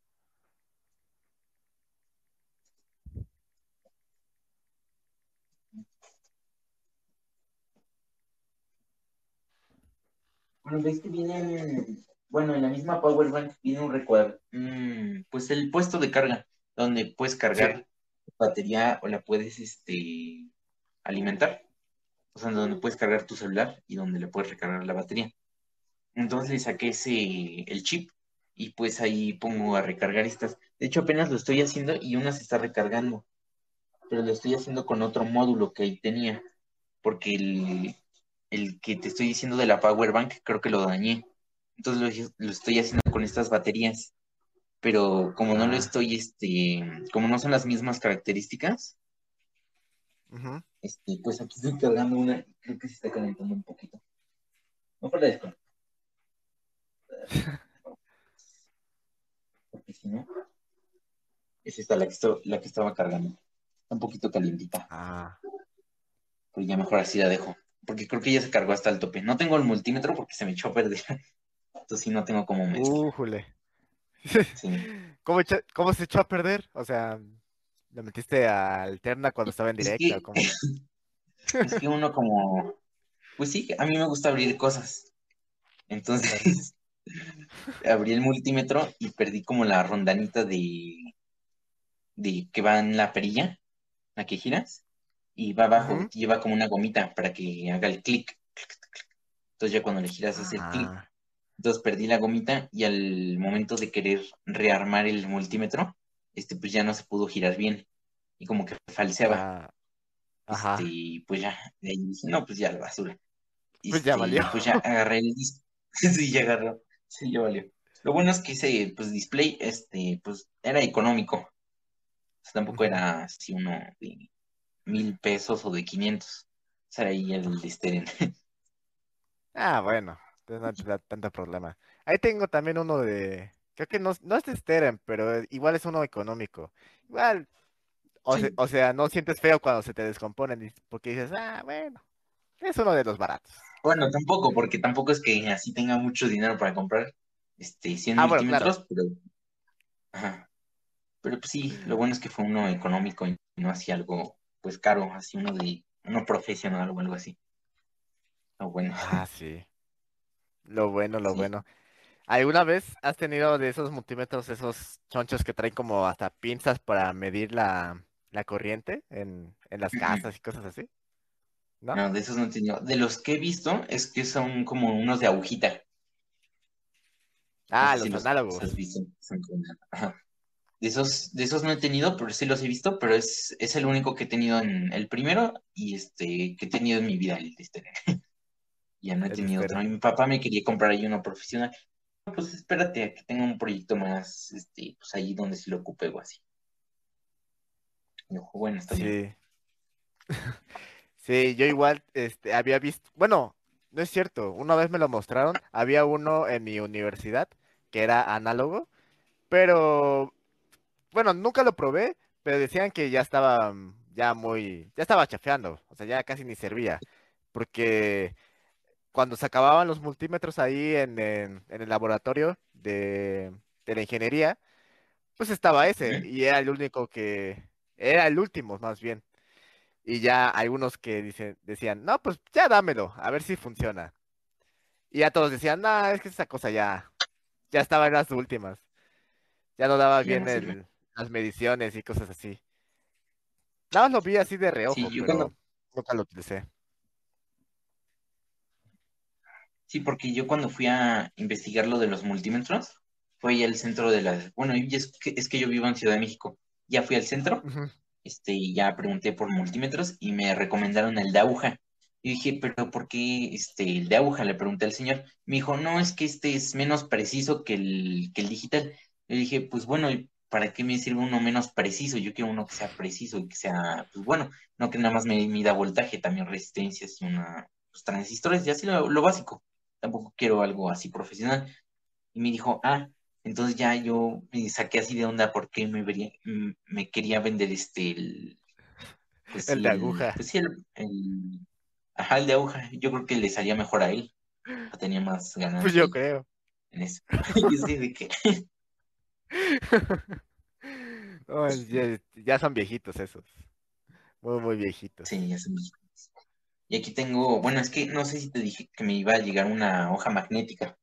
bueno, ves que bueno, en la misma power bank viene un recuadro, pues el puesto de carga, donde puedes Sí. cargar batería o la puedes, alimentar. O sea, donde puedes cargar tu celular y donde le puedes recargar la batería. Entonces le saqué el chip y pues ahí pongo a recargar estas. De hecho, apenas lo estoy haciendo y una se está recargando, pero lo estoy haciendo con otro módulo que ahí tenía, porque el que te estoy diciendo de la power bank creo que lo dañé. Entonces lo estoy haciendo con estas baterías, pero como no lo Ah. estoy, como no son las mismas características, Ujú. pues aquí estoy cargando una, y creo que se está calentando un poquito. Mejor la desconecto, porque si no, es esta la que estaba cargando. Está un poquito calientita, Ah. pero ya mejor así la dejo. Porque creo que ya se cargó hasta el tope. No tengo el multímetro porque se me echó a perder. Entonces sí, no tengo cómo medir. Jule. Sí. ¿Cómo se echó a perder? O sea, ¿lo metiste a alterna cuando estaba en Es directa o que, cómo? es que uno como, pues sí, a mí me gusta abrir cosas. Claro. Entonces abrí el multímetro y perdí como la rondanita de que va en la perilla, la que giras, y va abajo, Ujú. lleva como una gomita para que haga el clic. Entonces ya cuando le giras hace el clic. Ah, Entonces perdí la gomita y al momento de querer rearmar el multímetro, pues ya no se pudo girar bien y como que falseaba. ah, ajá. Y pues ya, de ahí dije, no, pues ya la basura. Pues ya valió. Y pues ya agarré el disco. Sí, ya agarró. Sí, ya valió. Lo bueno es que ese, pues, display, pues, era económico. O sea, tampoco Ujú. era así uno de 1,000 pesos o de 500. O sea, ahí el esteren. Ah, bueno, entonces no te da tanto problema. Ahí tengo también uno creo que no es de Steren, pero igual es uno económico. Igual, Sí. o sea, no sientes feo cuando se te descomponen, porque dices, ah, bueno, es uno de los baratos. Bueno, tampoco, porque tampoco es que así tenga mucho dinero para comprar 100 Ah, bueno, claro. multímetros, pero, ajá. Pero pues sí, lo bueno es que fue uno económico y no así algo, pues caro, así uno profesional o algo así. Lo bueno, Ah, sí. Lo bueno, lo sí. bueno. ¿Alguna vez has tenido de esos multímetros, esos chonchos que traen como hasta pinzas para medir la corriente en las Mm, casas y cosas así? ¿No? No, de esos no he tenido. De los que he visto es que son como unos de agujita. No Ah, sé si los los has análogos. visto. Ajá. De esos no he tenido, pero sí los he visto, pero es el único que he tenido en el primero y que he tenido en mi vida, ya no he El tenido otro. Listerine. Y mi papá me quería comprar ahí uno profesional. No, pues espérate a que tenga un proyecto más, pues allí donde sí lo ocupe o así. Y yo, bueno, está bien. Sí, sí, yo igual, había visto, bueno, no es cierto, una vez me lo mostraron, había uno en mi universidad que era análogo, pero, bueno, nunca lo probé, pero decían que ya estaba, ya estaba chafeando, o sea, ya casi ni servía, porque cuando se acababan los multímetros ahí en el laboratorio de la ingeniería, pues estaba ese, Ujú. y era el único era el último más bien. Y ya algunos que decían, no, pues ya dámelo, a ver si funciona. Y ya todos decían, no, es que esa cosa ya estaba en las últimas. Ya no daba Sí, ya bien no sirve. las mediciones y cosas así. Nada más lo vi así de Sí, reojo, yo cuando, pero nunca lo utilicé. sí, porque yo cuando fui a investigar lo de los multímetros, fue ahí al centro de las, bueno, y es que yo vivo en Ciudad de México. Ya fui al centro, Ujú. y ya pregunté por multímetros y me recomendaron el de aguja. Y dije, pero ¿por qué el de aguja? Le pregunté al señor. Me dijo, no, es que este es menos preciso que el digital. Le dije, pues bueno, ¿y para qué me sirve uno menos preciso? Yo quiero uno que sea preciso y que sea, pues bueno, no que nada más me mida voltaje, también resistencias y pues, transistores, y así lo básico. Tampoco quiero algo así profesional. Y me dijo, entonces ya yo me saqué así de onda porque me quería vender El de aguja. pues sí, ajá, el de aguja. Yo creo que le salía mejor a él, tenía más Pues ganancia yo ahí creo. en eso. Y así de que, No, ya son viejitos esos. Muy, muy viejitos. sí, ya se me... Y aquí tengo, bueno, es que no sé si te dije que me iba a llegar una hoja magnética.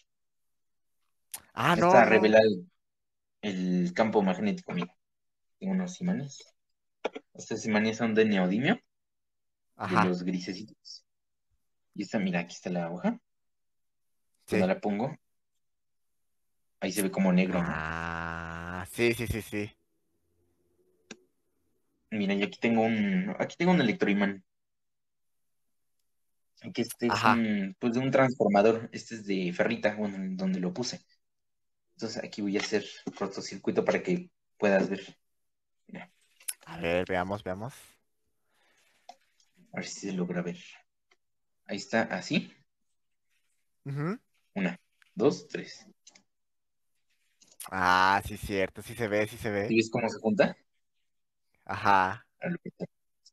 Ah, no, Esta no. revela el campo magnético, mira. Tengo unos imanes. Estos imanes son de neodimio, de Ajá, los grisecitos. Y esta, mira, aquí está la hoja. Cuando sí. la pongo, ahí se ve como negro, ¿no? Ah, sí, sí, sí, sí. Mira, y aquí tengo un electroimán, que este es Ajá. pues de un transformador, este es de ferrita, bueno, en donde lo puse. Entonces aquí voy a hacer cortocircuito para que puedas ver. Mira, A ver, veamos, veamos. a ver si se logra ver. Ahí está, así. Ujú. Una, dos, tres. Ah, sí, cierto, sí se ve, sí se ¿Sí ve. ves cómo se junta? Ajá, A lo que está.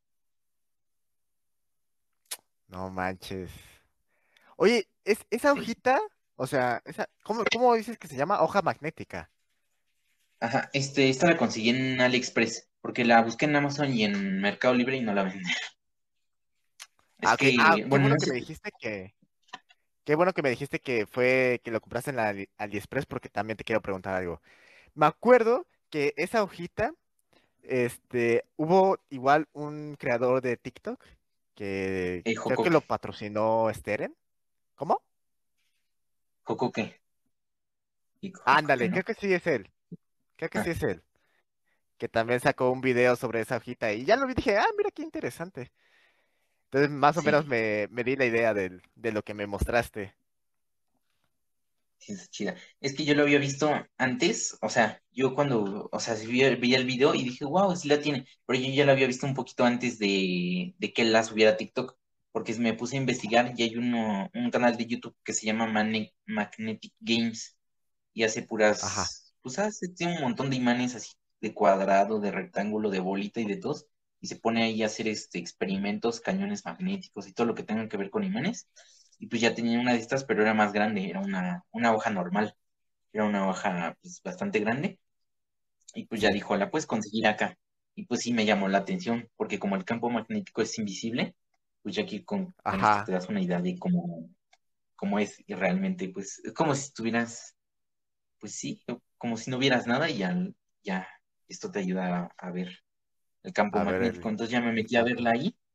no manches. Oye, esa Sí. hojita, o sea, ¿cómo dices que se llama? Hoja magnética. Ajá, esta la conseguí en AliExpress, porque la busqué en Amazon y en Mercado Libre y no la venden. Ah, Es ok. Ah, que, qué bueno, bueno no que sé. me dijiste qué bueno que me dijiste que lo compraste en la AliExpress porque también te quiero preguntar algo. Me acuerdo que esa hojita, hubo igual un creador de TikTok que creo que Jocoque. lo patrocinó Steren. ¿Cómo? Jocoque. Y Jocoque, Ándale, creo ¿no? que sí es él. Creo que Ah, sí es él. Que también sacó un video sobre esa hojita y ya lo vi y dije, mira qué interesante. Entonces más o menos sí. me di la idea de lo que me mostraste. Sí, es chida. Es que yo lo había visto antes, o sea, yo cuando, o sea, sí vi el video y dije, wow, sí la tiene, pero yo ya la había visto un poquito antes de que él la subiera a TikTok, porque me puse a investigar y hay un canal de YouTube que se llama Magnetic Games y hace Ajá, pues tiene un montón de imanes así, de cuadrado, de rectángulo, de bolita y de todos, y se pone ahí a hacer experimentos, cañones magnéticos y todo lo que tenga que ver con imanes. Y pues ya tenía una de estas, pero era más grande, era una hoja normal, era una hoja pues bastante grande, y pues ya sí. dijo, la puedes conseguir acá. Y pues sí me llamó la atención, porque como el campo magnético es invisible, pues ya aquí con esto te Ajá. das una idea de cómo es, y realmente, pues, es como si estuvieras, pues sí, como si no vieras nada y ya, esto te ayuda a ver el campo A ver magnético. Entonces ya me el metí a verla campo. ahí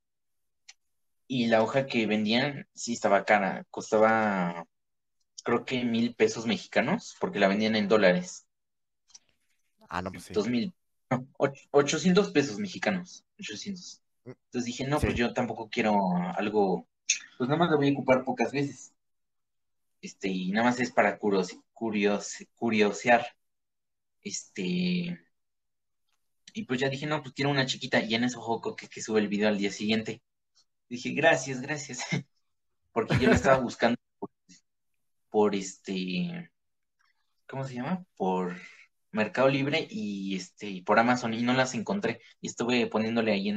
y la hoja que vendían sí estaba cara, costaba creo que 1,000 pesos mexicanos, porque la vendían en dólares. Ah, no, pues sí. 2,000, no, 800 pesos mexicanos, 800. Mm, Entonces dije, no, pues sí. yo tampoco quiero algo, pues nada más lo voy a ocupar pocas veces. Y nada más es para curiosear. Este, y pues ya dije, no, pues quiero una chiquita, y en eso Joco que sube el video al día siguiente. Dije, gracias, gracias, porque yo la estaba buscando por ¿cómo se llama? Por Mercado Libre y por Amazon y no las encontré. Y estuve poniéndole ahí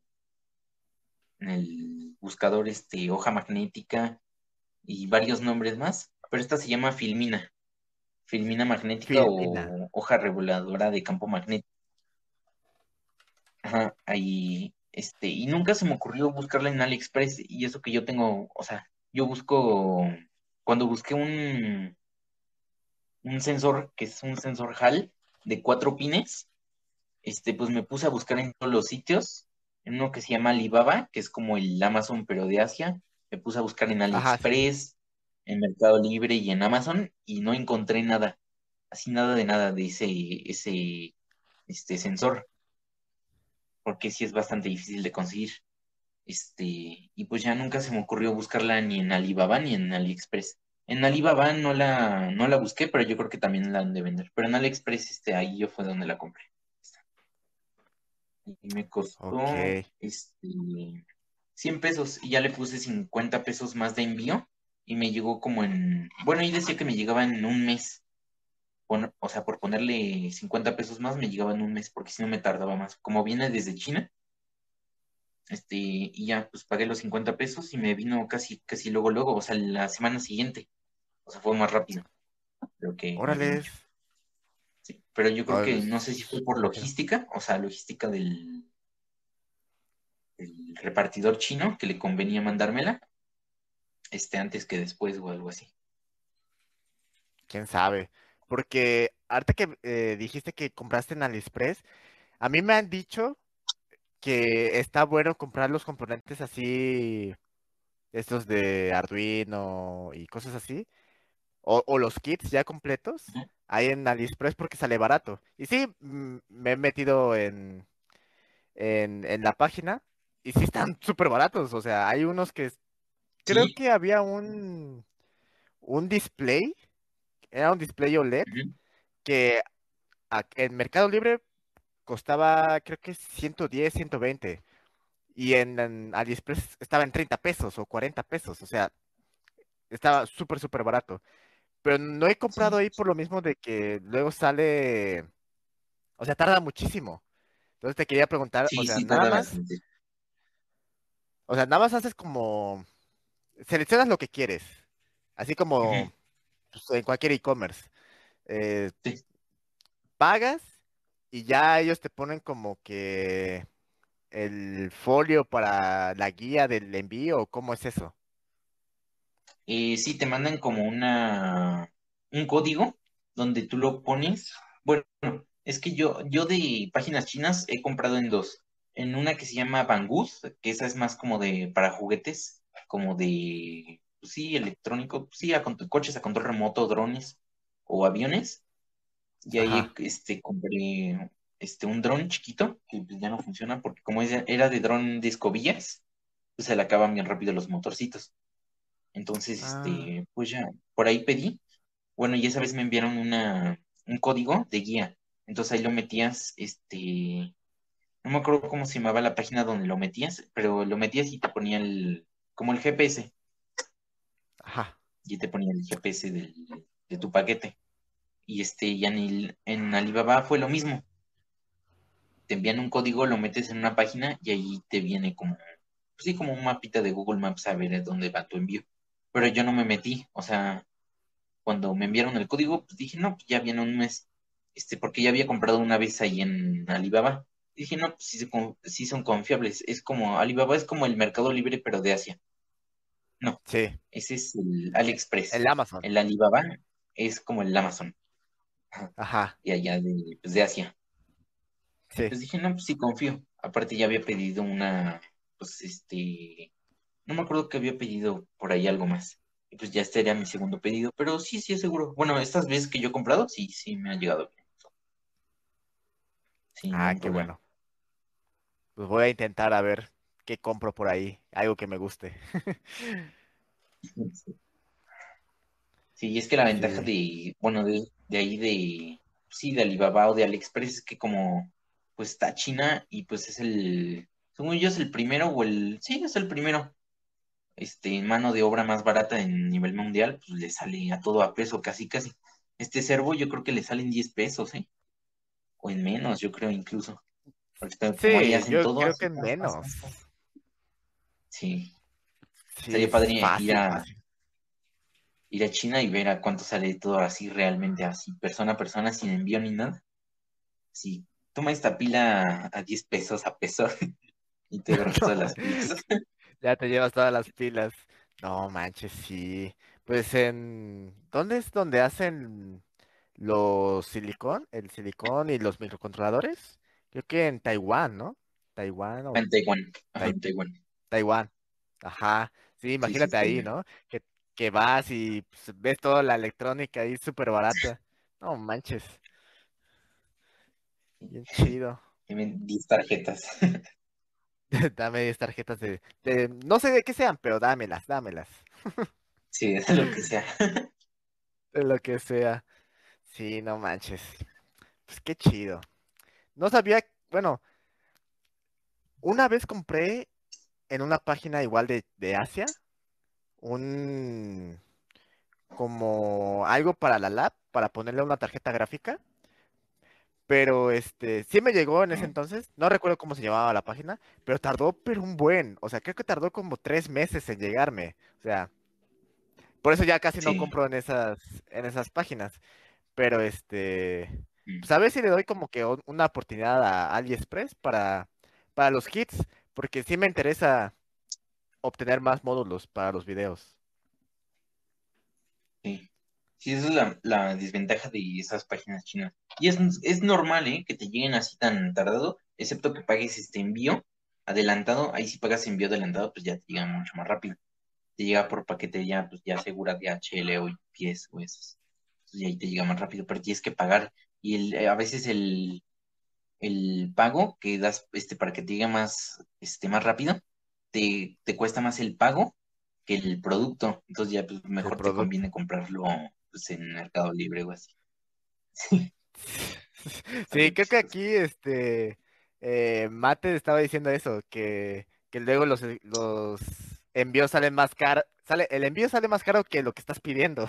en el buscador hoja magnética y varios nombres más, pero esta se llama filmina magnética Filmina. o hoja reguladora de campo magnético. Ajá, ahí, y nunca se me ocurrió buscarla en AliExpress y eso que yo tengo, o sea, yo busco, cuando busqué un sensor, que es un sensor HAL de 4 pines, pues me puse a buscar en todos los sitios, en uno que se llama Alibaba, que es como el Amazon, pero de Asia. Me puse a buscar en Ajá, sí. AliExpress, en Mercado Libre y en Amazon, y no encontré nada, así nada de ese sensor, porque sí es bastante difícil de conseguir. Y pues ya nunca se me ocurrió buscarla ni en Alibaba ni en AliExpress. En Alibaba no la busqué, pero yo creo que también la han de vender. Pero en AliExpress, ahí yo fue donde la compré. Y me Ok. costó 100 pesos y ya le puse 50 pesos más de envío y me llegó como bueno, y decía que me llegaba en un mes. O sea, por ponerle 50 pesos más me llegaba en un mes porque si no me tardaba más. Como viene desde China, y ya pues pagué los 50 pesos y me vino casi, casi luego, o sea, la semana siguiente. O sea, fue más rápido de lo que me vino Órale. yo. Sí, pero yo creo Oh, que no sé si fue por súper chido. logística, o sea, logística del repartidor chino que le convenía mandármela, antes que después o algo así. ¿Quién sabe? Porque ahorita que dijiste que compraste en AliExpress, a mí me han dicho que está bueno comprar los componentes así, estos de Arduino y cosas así, o los kits ya completos, Ujú. ahí en AliExpress porque sale barato. Y sí, me he metido en la página y sí están súper baratos. O sea, hay unos que creo Sí, que había un display, era un display OLED ujú, que en Mercado Libre costaba creo que 110, 120. Y en AliExpress estaba en 30 pesos o 40 pesos. O sea, estaba súper, súper barato. Pero no he comprado sí, ahí por lo mismo de que luego sale, o sea, tarda muchísimo. Entonces te quería preguntar, sí, sí, tarda bastante. o sea, nada más haces como, seleccionas lo que quieres, así Ujú, como pues, en cualquier e-commerce. Eh, sí. pagas y ya ellos te ponen como que el folio para la guía del envío, ¿o cómo es eso? Sí, te mandan como un código donde tú lo pones. Bueno, es que yo de páginas chinas he comprado en dos. En una que se llama Banggood, que esa es más como para juguetes, como pues sí, electrónico, pues sí, coches a control remoto, drones o aviones. Y ahí Ajá. compré un dron chiquito, que pues ya no funciona porque como era de dron de escobillas, pues se le acaban bien rápido los motorcitos. Entonces, Ah, pues ya, por ahí pedí. Bueno, y esa vez me enviaron un código de guía. Entonces ahí lo metías, no me acuerdo cómo se llamaba la página donde lo metías, pero lo metías y te ponía como el GPS, ajá. y te ponía el GPS de tu paquete. Y en Alibaba fue lo mismo. Te envían un código, lo metes en una página y ahí te viene como, pues sí, como un mapita de Google Maps a ver dónde va tu envío. Pero yo no me metí, o sea, cuando me enviaron el código, pues dije, no, pues ya viene un mes, porque ya había comprado una vez ahí en Alibaba. Dije, no, pues sí, sí son confiables. Es como, Alibaba es como el Mercado Libre, pero de Asia. No, Sí, ese es el AliExpress. el Amazon. El Alibaba es como el Amazon. Ajá. Ajá, Y allá de Asia. Y sí. pues dije, no, pues sí confío. Aparte ya había pedido pues no me acuerdo que había pedido por ahí algo más. Y pues ya este era mi segundo pedido, pero sí, sí es seguro. Bueno, estas veces que yo he comprado, sí, sí me ha llegado bien. Sin Ah, ningún qué problema. bueno. Pues voy a intentar a ver qué compro por ahí, algo que me guste. Sí, y es que la ventaja Sí, bueno, de ahí sí, de Alibaba o de AliExpress es que como, pues está China y pues según yo es el primero sí, es el primero, mano de obra más barata en nivel mundial, pues le sale a todo a peso, casi, casi. Este servo yo creo que le salen 10 pesos, ¿eh? O en menos, yo creo incluso. Porque como ahí sí, hacen yo todo creo así, que pas, pas, menos. pas, pas. Sí, Sí, sería es padre fácil, fácil. ir a China y ver a cuánto sale todo así realmente, así, persona a persona, sin envío ni nada. Sí, toma esta pila a 10 pesos a peso y te ahorras No, todas las pilas. ya te llevas todas las pilas. No manches, sí. Pues ¿dónde es donde hacen los silicón? El silicón y los microcontroladores. Creo que en Taiwán, ¿no? Taiwán o En Taiwán, ajá, Tai- en Taiwán. Taiwán. Ajá. Sí, Sí, sí, imagínate es ahí, Taiwán. ¿no? Que vas y pues, ves toda la electrónica ahí súper barata. No manches, bien chido. Tienen 10 tarjetas. Dame 10 tarjetas no sé de qué sean, pero dámelas, dámelas. Sí, es lo que sea. De lo que sea. Sí, no manches. Pues qué chido. No sabía, bueno, una vez compré en una página igual de Asia un como algo para la lab, para ponerle una tarjeta gráfica, pero sí me llegó en ese Mm, entonces, no recuerdo cómo se llamaba la página, pero tardó pero un buen, o sea, creo que tardó como 3 meses en llegarme, o sea, por eso ya casi no sí. compro en esas páginas, pero Mm, pues a ver si le doy como que una oportunidad a AliExpress para los kits, porque sí me interesa obtener más módulos para los videos. sí. Sí, esa es la desventaja de esas páginas chinas. Y es normal, ¿eh? Que te lleguen así tan tardado, excepto que pagues este envío adelantado. Ahí si pagas envío adelantado, pues ya te llega mucho más rápido. Te llega por paquete ya, pues ya segura de HL o UPS o esas. Entonces, y ahí te llega más rápido, pero tienes que pagar. Y a veces el pago que das para que te llegue más rápido, te cuesta más el pago que el producto. Entonces ya pues, El mejor te producto. conviene comprarlo pues, en Mercado Libre o así. Sí, Algo creo que chistoso. aquí Mate estaba diciendo eso, que luego los envíos salen más caro, el envío sale más caro que lo que estás pidiendo.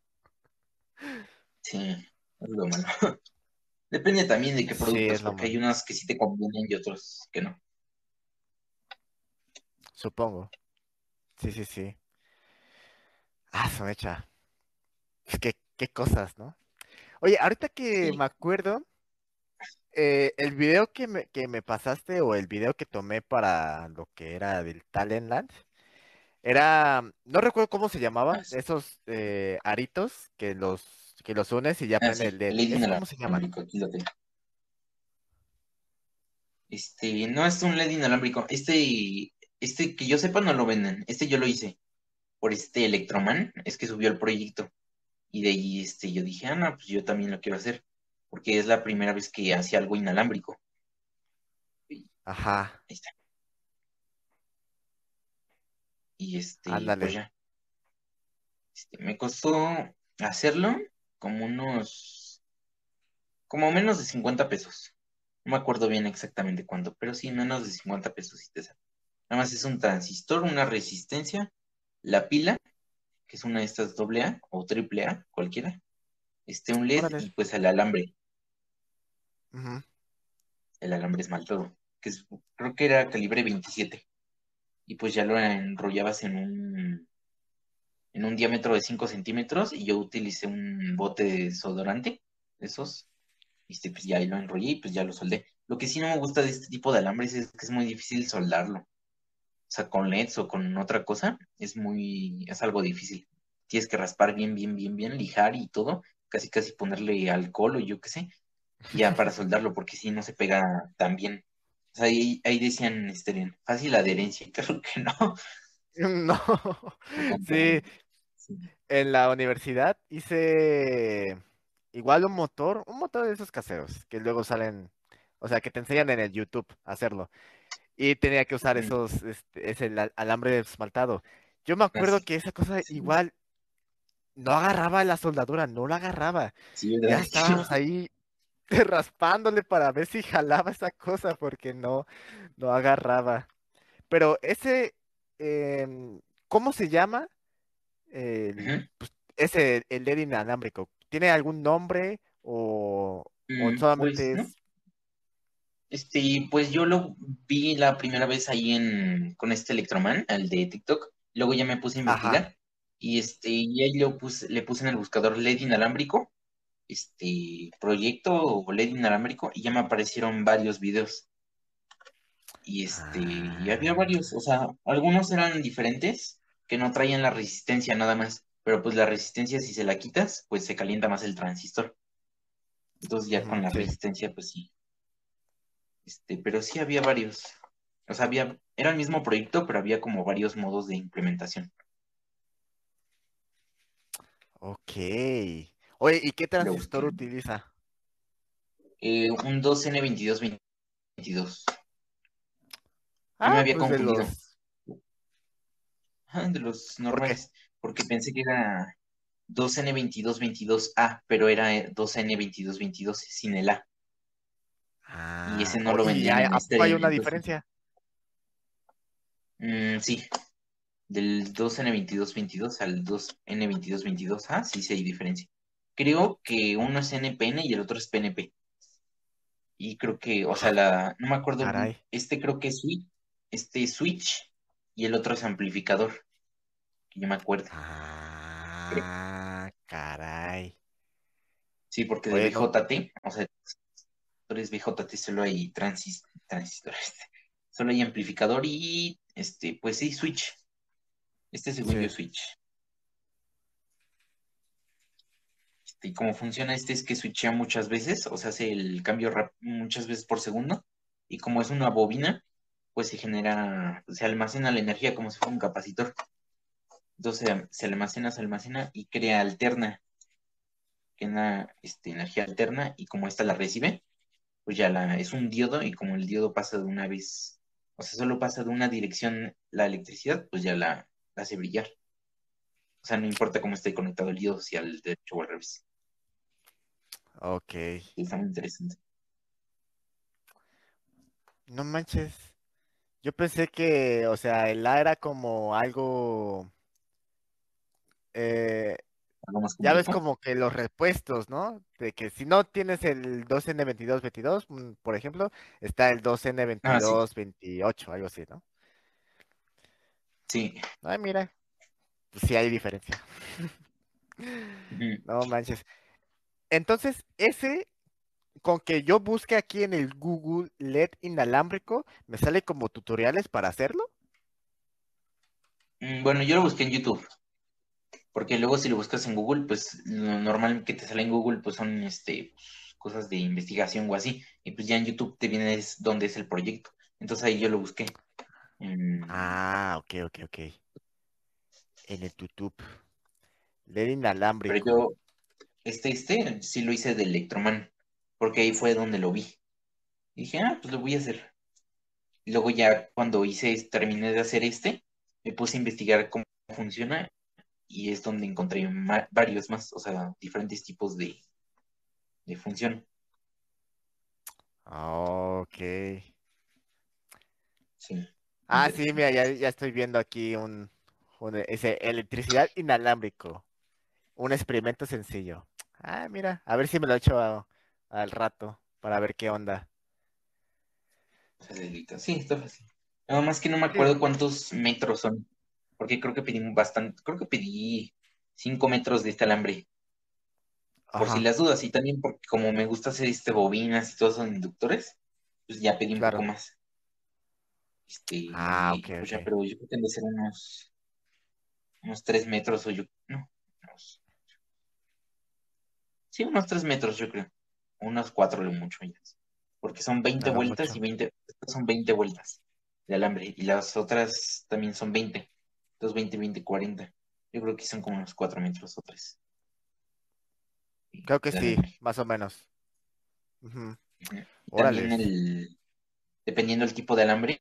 Sí, es lo malo. Depende también de qué Sí, productos, es lo porque hay malo, unos que sí te convienen y otros que no. supongo. Sí, sí, sí. Ah, su mecha. Qué cosas, ¿no? Oye, ahorita que Sí. me acuerdo, el video que me pasaste o el video que tomé para lo que era del Talentland, no recuerdo cómo se Ah, llamaban, sí. esos aritos que los unes y ya Ah, prende sí, el LED. el LED ¿Eso cómo se llaman? inalámbrico, aquí lo tengo. No es un LED inalámbrico. Que yo sepa no lo venden. Yo lo hice por Electroman, es que subió el proyecto. Y de ahí yo dije, ah, no, pues yo también lo quiero hacer. Porque es la primera vez que hacía algo inalámbrico. Y ahí Ajá, está. Y pues ándale. ya. Me costó hacerlo como como menos de 50 pesos. No me acuerdo bien exactamente cuánto, pero sí, menos de 50 pesos si te sale. Nada más es un transistor, una resistencia, la pila, que es una de estas doble A o triple A, cualquiera, un LED Órale. y pues el alambre. Ujú. El alambre esmaltado, creo que era calibre 27. Y pues ya lo enrollabas en un diámetro de 5 centímetros y yo utilicé un bote de desodorante, de esos, pues ya ahí lo enrollé y pues ya lo soldé. Lo que sí no me gusta de este tipo de alambres es que es muy difícil soldarlo. O sea, con LEDs o con otra cosa, es algo difícil. Tienes que raspar bien, lijar y todo, casi ponerle alcohol o yo qué sé, ya para soldarlo, porque si no se pega tan bien. O sea, ahí decían, fácil adherencia, creo que no. No, Aguanta, sí, sí. en la universidad hice igual un motor de esos caseros que luego salen, o sea, que te enseñan en el YouTube a hacerlo. Y tenía que usar Mm, ese alambre esmaltado. Yo me acuerdo así, que esa cosa sí, igual no agarraba la soldadura, no la agarraba. sí, Ya ¿verdad? estábamos ahí raspándole para ver si jalaba esa cosa porque no agarraba. Pero ese, ¿cómo se llama? Ujú. El LED inalámbrico. ¿Tiene algún nombre o Pues, solamente ¿no? es... Pues yo lo vi la primera vez ahí con este Electroman, al de TikTok. Luego ya me puse a Ajá. investigar y ahí le puse en el buscador LED inalámbrico, proyecto o LED inalámbrico y ya me aparecieron varios videos y había varios, Ah, o sea, algunos eran diferentes que no traían la resistencia nada más, pero pues la resistencia si se la quitas, pues se calienta más el transistor. Entonces ya con ujú, la sí. resistencia, pues sí. Pero sí había varios. O sea, era el mismo proyecto, pero había como varios modos de implementación. Ok. Oye, ¿y qué Lo transistor busqué. utiliza? Un 2N2222. Yo me Ah, había pues de confundido. los... De los ¿Por qué? normales, porque pensé que era 2N2222A, pero era 2N2222 sin el A. Y Ah, ese no lo ¿y vendían en a poco hay estéreo. una Entonces, diferencia? sí, del 2N2222 al 2N2222A, sí, sí hay diferencia. Creo que uno es NPN y el otro es PNP. Y creo que, o sea, Ah, no me acuerdo bien, caray. creo que es switch, switch y el otro es amplificador, que yo me acuerdo, creo. Ah, caray. Sí, porque de Oye, no, BJT, o sea, es BJT solo hay transistor, solo hay amplificador y, pues sí, switch. Según yo, sí. switch. Y cómo funciona es que switchea muchas veces, o sea, hace el cambio muchas veces por segundo, y como es una bobina, pues se almacena la energía como si fuera un capacitor. Entonces se almacena y crea alterna, crea energía alterna y como esta la recibe, pues ya es un diodo y como el diodo pasa de una vez, o sea, solo pasa de una dirección la electricidad, pues ya la hace brillar. O sea, no importa cómo esté conectado el diodo, si al derecho o al revés. Ok. Está muy interesante. No manches. Yo pensé que, o sea, el A era como algo... eh, Algo más ya ves complejo. como que los repuestos, ¿no? De que si no tienes el 2N2222, por ejemplo, está el Ah, sí, 2N2228, algo así, ¿no? sí. Ay, mira, pues sí hay diferencia. Ujú. No manches. Entonces, ese con que yo busque aquí en el Google LED inalámbrico, ¿me sale como tutoriales para hacerlo? Bueno, yo lo busqué en YouTube, porque luego si lo buscas en Google, pues lo normal que te sale en Google, pues son pues, cosas de investigación o así, y pues ya en YouTube te viene dónde es el proyecto. Entonces ahí yo lo busqué. Mm, Ah, ok, ok, ok. En el YouTube. LED pero inalámbrico. yo, sí lo hice de Electroman, porque ahí fue donde lo vi. Y dije, pues lo voy a hacer. Y luego ya cuando terminé de hacer me puse a investigar cómo funciona y es donde encontré varios más, o sea, diferentes tipos de función. Ok. Sí, Ah, sí, mira, interesante. ya estoy viendo aquí ese electricidad inalámbrico. Un experimento sencillo. Ah, mira, a ver si me lo echo al rato para ver qué onda. Facilito. Sí, está fácil. Nada más que no me Sí. acuerdo cuántos metros son, porque creo que pedí bastante, creo que pedí 5 metros de este alambre, por si Ajá, las dudas, y también porque como me gusta hacer bobinas y todos son inductores, pues ya pedí un poco claro. más. Ah, ok, Pues ok. ya, pero yo creo que han de ser unos 3 metros o no, unos- sí, unos 3 metros yo creo, unos 4 lo mucho ya, porque son A 20 lo vueltas y mucho. 20, estas son 20 vueltas de alambre y las otras también son 20, entonces 20, 20, 40, yo creo que son como unos 4 metros o 3 Creo que de sí, alambre. más o menos. Ujú. Ujú. Y también Órales. dependiendo del tipo de alambre,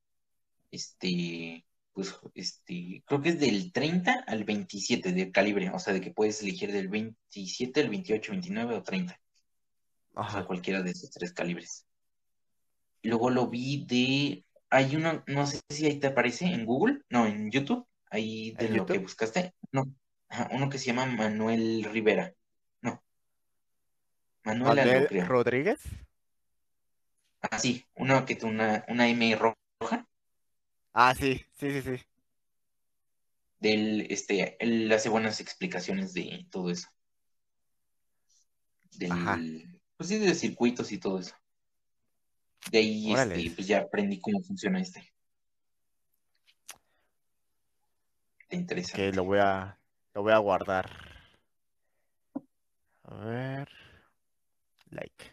pues, creo que es del 30 al 27 de calibre, o sea, de que puedes elegir del 27, el 28, 29 o 30, o sea, Ajá. cualquiera de esos tres calibres. Luego lo vi hay uno, no sé si ahí te aparece en Google, no, en YouTube, ahí de ¿En lo que YouTube? buscaste, no, ajá, uno que se llama Manuel Rivera, no, Manuel algo ¿Manuel creo, Rodríguez? sí, uno que tiene una M roja, Ah, sí, sí, sí, sí. él hace buenas explicaciones de todo eso, Ajá. pues sí, de circuitos y todo eso. De ahí, Órales. pues ya aprendí cómo funciona Está Ok, interesante. lo voy a guardar. A ver. Like.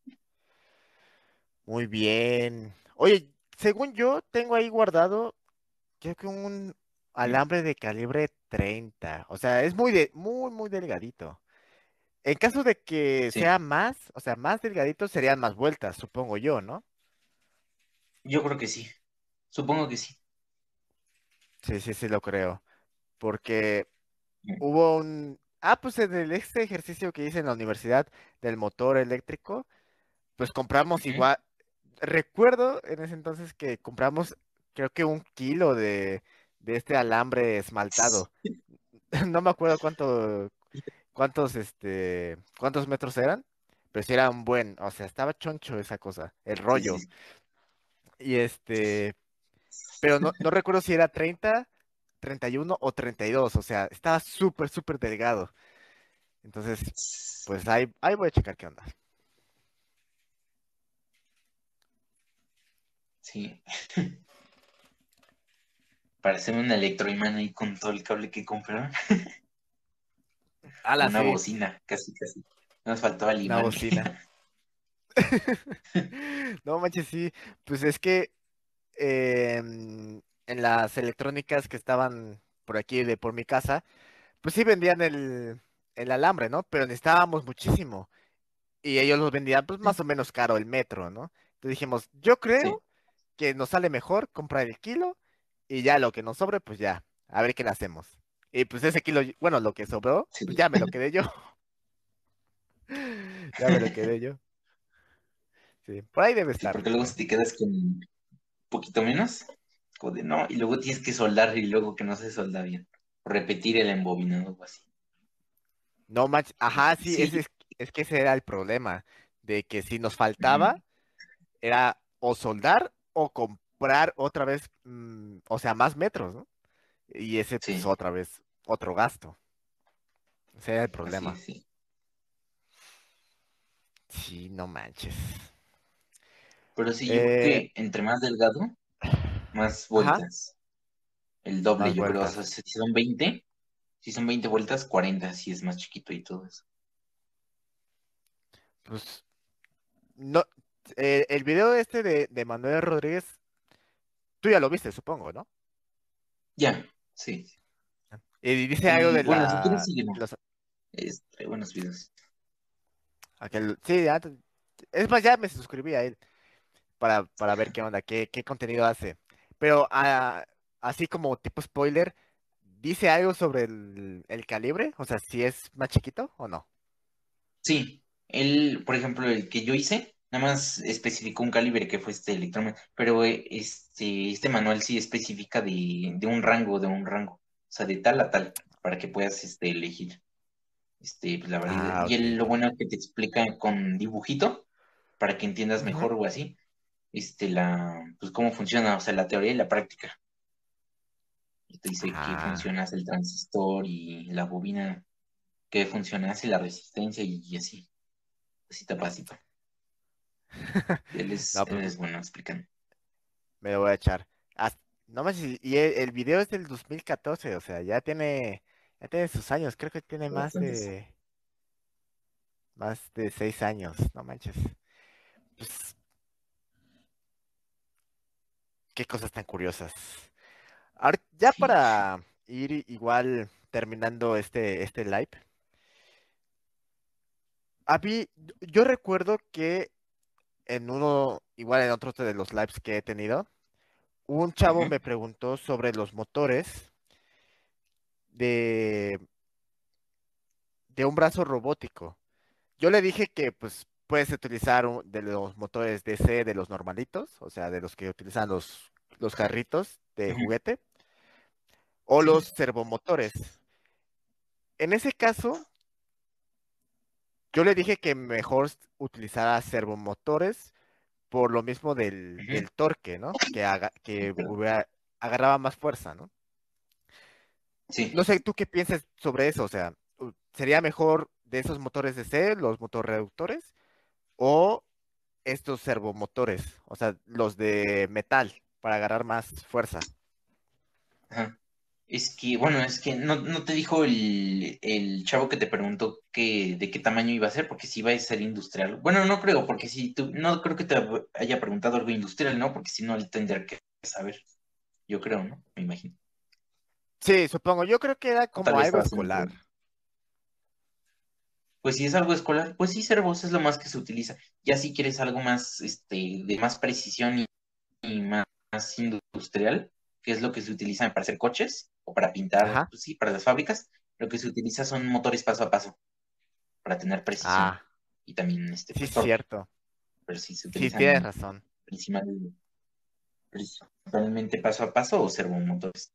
Muy bien. Oye, según yo, tengo ahí guardado, creo que un Mm, alambre de calibre 30. O sea, es muy, muy delgadito. En caso de que sí, sea más, o sea, más delgadito, serían más vueltas, supongo yo, ¿no? yo creo que sí. Supongo que sí. Sí, sí, sí, lo creo. Porque Mm, hubo un... Ah, pues en este ejercicio que hice en la universidad del motor eléctrico, pues compramos ujú. igual. Recuerdo en ese entonces que compramos, creo que 1 kilo de este alambre esmaltado. No me acuerdo cuántos metros eran, pero sí era un buen, o sea, estaba choncho esa cosa, el Sí, sí, rollo. sí. Y pero no recuerdo si era 30, 31 o 32, o sea, estaba súper, súper delgado. Entonces, pues ahí voy a checar qué onda. Sí. Para hacer un electroimán ahí con todo el cable que compraron. Ala, Una sí, bocina, casi, casi. Nos faltaba el una imán. bocina. No manches, sí, pues es que en las electrónicas que estaban por aquí, por mi casa, pues sí vendían el alambre, ¿no? Pero necesitábamos muchísimo. Y ellos los vendían pues más o menos caro el metro, ¿no? Entonces dijimos, yo Sí, creo que nos sale mejor comprar el kilo y ya lo que nos sobre, pues ya, a ver qué le hacemos. Y pues ese kilo, bueno, lo que sobró, pues sí. ya me lo quedé yo. Ya me lo quedé yo. Sí, por ahí debe Sí, estar, porque luego si pero te quedas con un poquito menos, como de no, y luego tienes que soldar y luego que no se solda bien. O repetir el embobinado o así. no manches. Ajá, sí, Sí. es que ese era el problema, de que si nos Ujú. faltaba, era o soldar o comprar otra vez, o sea, más metros, ¿no? Y ese, pues, Sí, otra vez, otro gasto. Ese era el así problema. es, sí. Sí, no manches. Pero sí, yo creo Eh, que entre más delgado, más ajá, vueltas. El doble, más yo creo. O vueltas. sea, si son 20 vueltas, 40 si es más chiquito y todo eso. Pues, no, el video este de Manuel Rodríguez, tú ya lo viste, supongo, ¿no? Ya, sí. Y dice algo Y de bueno, si quieres, síguelo. los, Trae buenos videos. sí, es más, ya me suscribí a él para ver qué onda, qué contenido hace. Pero así como tipo spoiler, ¿dice algo sobre el calibre? O sea, si es más chiquito o no. Sí, él, por ejemplo, el que yo hice, nada más especificó un calibre que fue este electromen, pero este manual sí especifica de un rango, o sea, de tal a tal, para que puedas elegir pues, la variedad. Ah, Y ok, él lo ok. bueno es que te explica con dibujito, para que entiendas Ujú. mejor o así, pues cómo funciona, o sea, la teoría y la práctica. Y te dice qué Ah. funciona hace el transistor y la bobina, qué funciona hace la resistencia y así, pasito a pasito. Él es, No, él pues es bueno explicando. me lo voy a echar. No más, y el video es del 2014, o sea, ya tiene sus años, creo que tiene Bastantes. más de 6 años, no manches. Pues, qué cosas tan curiosas. Ya Sí. para ir igual terminando este live, yo recuerdo que igual en otro de los lives que he tenido, un chavo Ujú, me preguntó sobre los motores de, de un brazo robótico. Yo le dije que pues puedes utilizar de los motores DC de los normalitos, o sea, de los que utilizan los carritos de ujú. juguete, o Sí. los servomotores. En ese caso, yo le dije que mejor utilizara servomotores por lo mismo Ujú. del torque, ¿no? Que Perdón. agarraba más fuerza, ¿no? Sí. No sé, ¿tú qué piensas sobre eso? O sea, ¿sería mejor de esos motores DC, los motorreductores, o estos servomotores, o sea, los de metal, para agarrar más fuerza? Ajá. Es que, bueno, es que no te dijo el chavo que te preguntó de qué tamaño iba a ser, porque si iba a ser industrial. Bueno, no creo, porque si tú, no creo que te haya preguntado algo industrial, ¿no? Porque si no, él tendría que saber. Yo creo, ¿no? Me imagino. Sí, supongo, yo creo que era O tal como vez algo estaba haciendo un escolar. pregunta. Pues si es algo escolar, pues sí, servos es lo más que se utiliza. Ya si quieres algo más, de más precisión y más industrial, que es lo que se utiliza para hacer coches o para pintar, Ajá. pues sí, para las fábricas, lo que se utiliza son motores paso a paso para tener precisión Ah, y también, sí, pues torque. cierto. Pero sí se Sí, tienes utilizan razón. principal- principalmente paso a paso o servomotores.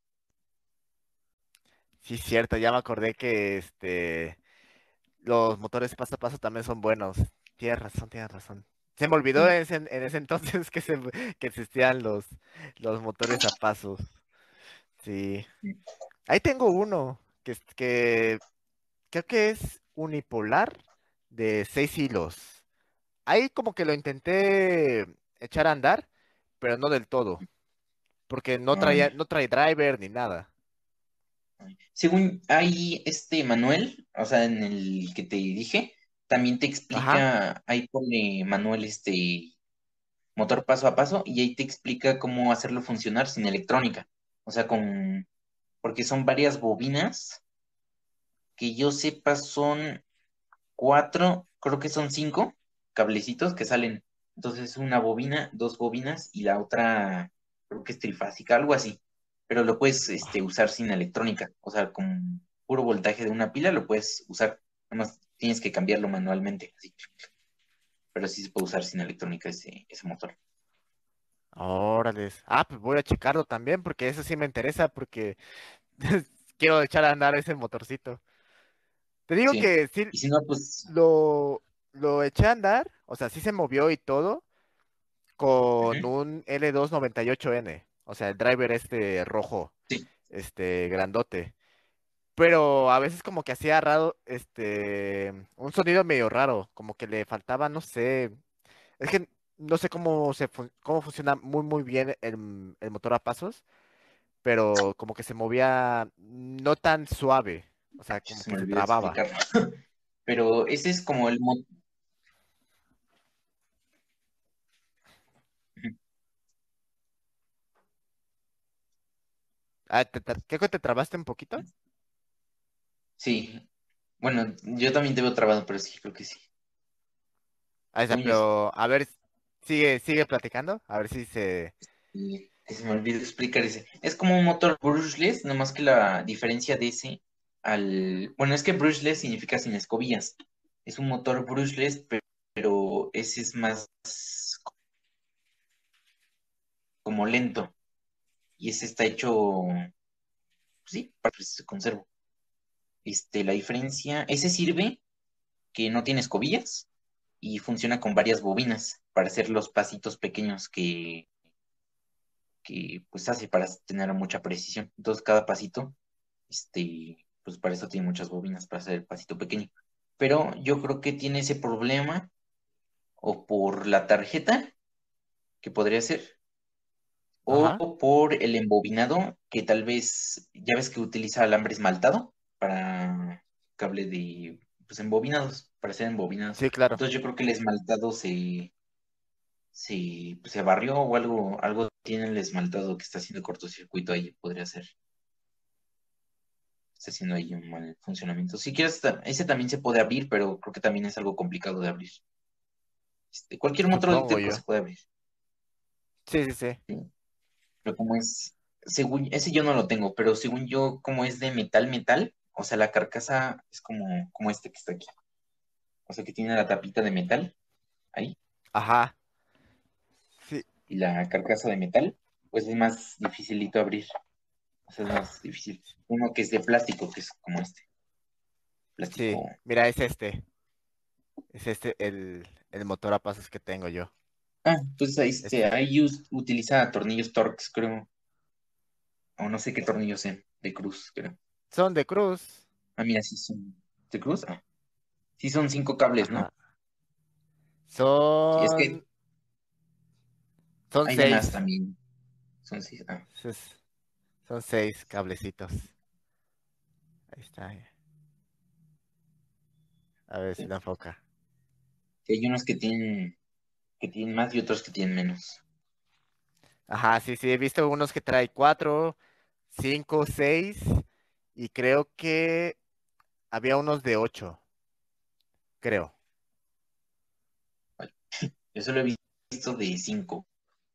Sí, cierto, ya me acordé que los motores paso a paso también son buenos. Tienes razón, tienes razón. Se me olvidó Sí. en ese entonces que existían los motores a pasos. Sí. Ahí tengo uno que creo que es unipolar de 6 hilos. Ahí como que lo intenté echar a andar, pero no del todo, porque Ay, no trae driver ni nada. ay. Según hay este Manuel, o sea, en el que te dije, también te Ajá. explica, ahí pone Manuel motor paso a paso y ahí te explica cómo hacerlo funcionar sin electrónica. O sea, porque son varias bobinas, que yo sepa son cuatro, creo que son cinco cablecitos que salen. Entonces una bobina, dos bobinas y la otra creo que es trifásica, algo así. Pero lo puedes usar sin electrónica. O sea, con puro voltaje de una pila lo puedes usar. Nada más tienes que cambiarlo manualmente, así. Pero sí se puede usar sin electrónica ese motor. Órale. Ah, pues voy a checarlo también, porque eso sí me interesa, porque quiero echar a andar ese motorcito. Te digo Sí. que sí Y si no, pues. lo, lo eché a andar, o sea, sí se movió y todo, con Ujú. un L298N, o sea, el driver rojo, Sí, grandote. Pero a veces como que hacía raro, un sonido medio raro, como que le faltaba, no sé, es que no sé cómo funciona muy bien el motor a pasos, pero como que se movía no tan suave, o sea, como se que me se olvidó trababa. explicarlo. Pero ese es como el motor. Ah, ¿qué que te trabaste un poquito? Sí, bueno, yo también te veo trabado, pero sí, creo que sí. Ah, Según yo sí. pero a ver, sigue platicando, a ver si se... Y que se me olvidó explicar ese. Es como un motor brushless, nomás que la diferencia de ese Bueno, es que brushless significa sin escobillas. Es un motor brushless, pero ese es más como lento. Y ese está hecho, pues sí, para que se conserve. La diferencia, ese sirve que no tiene escobillas y funciona con varias bobinas para hacer los pasitos pequeños que pues hace para tener mucha precisión. Entonces cada pasito, pues para eso tiene muchas bobinas para hacer el pasito pequeño. Pero yo creo que tiene ese problema o por la tarjeta, que podría ser, Ajá. o por el embobinado, que tal vez, ya ves que utiliza alambre esmaltado para cable de, pues embobinados, para ser embobinados. Sí, claro. Entonces yo creo que el esmaltado pues, se barrió o algo tiene el esmaltado que está haciendo cortocircuito ahí, podría ser. Está haciendo ahí un mal funcionamiento. Si quieres, ese también se puede abrir, pero creo que también es algo complicado de abrir. Cualquier motor Supongo eléctrico yo. se puede abrir, Sí, sí, sí. ¿sí? Pero como es, según, ese yo no lo tengo, pero según yo, como es de metal, o sea, la carcasa es como este que está aquí. O sea, que tiene la tapita de metal ahí Ajá. Sí, y la carcasa de metal, pues es más dificilito abrir. O sea, es más difícil. Uno que es de plástico, que es como este, sí. plástico. Mira, es este. Es este el motor a pasos que tengo yo. Ah, pues ahí, Este. utiliza tornillos Torx, creo. O no sé qué tornillos sean, de cruz, creo. Son de cruz. Ah, mira, sí son de cruz. Ah, sí son 5 cables, ¿no? Ajá. Sí, es que Son. Son hay de más 6. también. Son 6. Ah, Son 6 cablecitos. Ahí está. A ver si sí. la enfoca. Sí, hay unos que tienen más y otros que tienen menos. Ajá, sí, sí. He visto unos que trae 4, 5, 6. Y creo que había unos de 8. Creo. Vale. Yo solo he visto de 5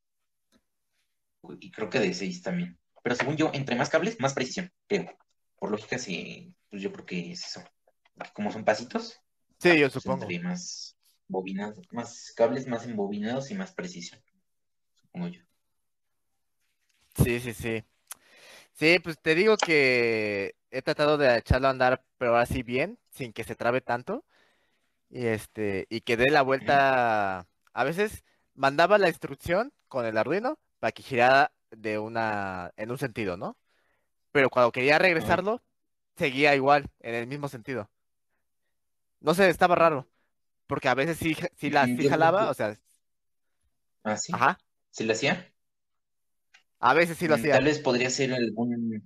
y creo que de 6 también. Pero según yo, entre más cables, más precisión, creo. Por lógica, sí, pues yo creo que es eso. Porque como son pasitos, Sí, yo pues supongo. entre más bobinados, más cables, más embobinados y más precisión, supongo yo. Sí, sí, sí. Sí, pues te digo que he tratado de echarlo a andar, pero así bien, sin que se trabe tanto. Y que dé la Ujú. vuelta. A veces mandaba la instrucción con el Arduino para que girara en un sentido, ¿no? Pero cuando quería Ajá. regresarlo, seguía igual, en el mismo sentido. No sé, estaba raro, porque a veces sí, sí Yo creo que. jalaba, o sea, Ah, sí. ajá, ¿Se le hacía? a veces sí lo Tal hacía. vez podría ser algún.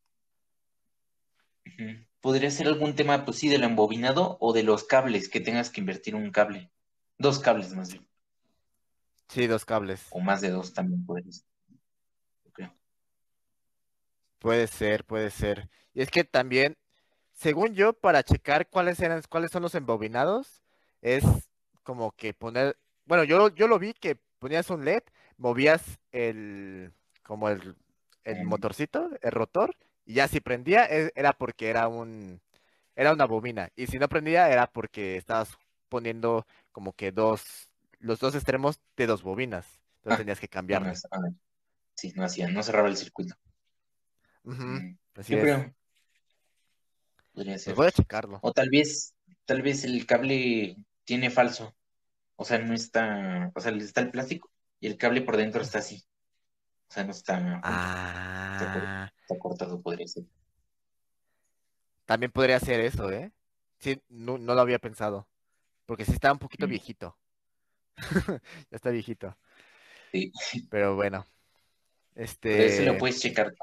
Ujú. Podría ser algún tema, pues sí, del embobinado o de los cables, que tengas que invertir un cable. 2 cables más bien. Sí, dos cables. O más de 2 también podría ser, yo creo. Puede ser, puede ser. Y es que también, según yo, para checar cuáles son los embobinados, es como que poner, bueno, yo lo vi que ponías un LED, movías como el Mm. motorcito, el rotor, y ya si prendía era porque era una bobina, y si no prendía era porque estabas poniendo como que los dos extremos de dos bobinas, entonces Ah, tenías que no, no, cambiarle. sí, no hacía, no cerraba el circuito. Ujú, Mm, así yo es. creo, podría Pues ser. voy a checarlo. O tal vez el cable tiene falso. O sea, no está, o sea, está el plástico y el cable por dentro está así. O sea, no está junto. Ah, Está cortado, podría ser. también podría ser eso, ¿eh? Sí, no, no lo había pensado, porque sí está un poquito Mm, viejito. Ya está viejito. sí. Pero bueno, Pero ese lo este, puedes checar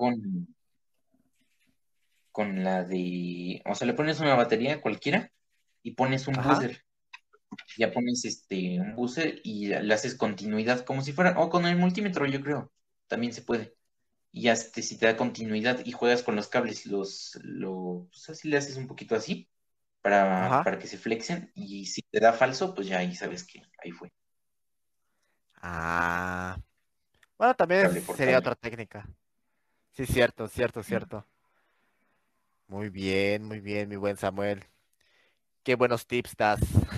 con la de, o sea, le pones una batería cualquiera y pones un ajá, buzzer. Ya pones un buzzer y le haces continuidad como si fuera, o con el multímetro, yo creo. También se puede. Y ya si te da continuidad y juegas con los cables y pues así le haces un poquito así para, ajá. para que se flexen y si te da falso, pues ya ahí sabes que ahí fue, Ah, bueno, también cable por sería cable. otra técnica. Sí, cierto, cierto, Ujú. cierto. Muy bien, mi buen Samuel. Qué buenos tips das.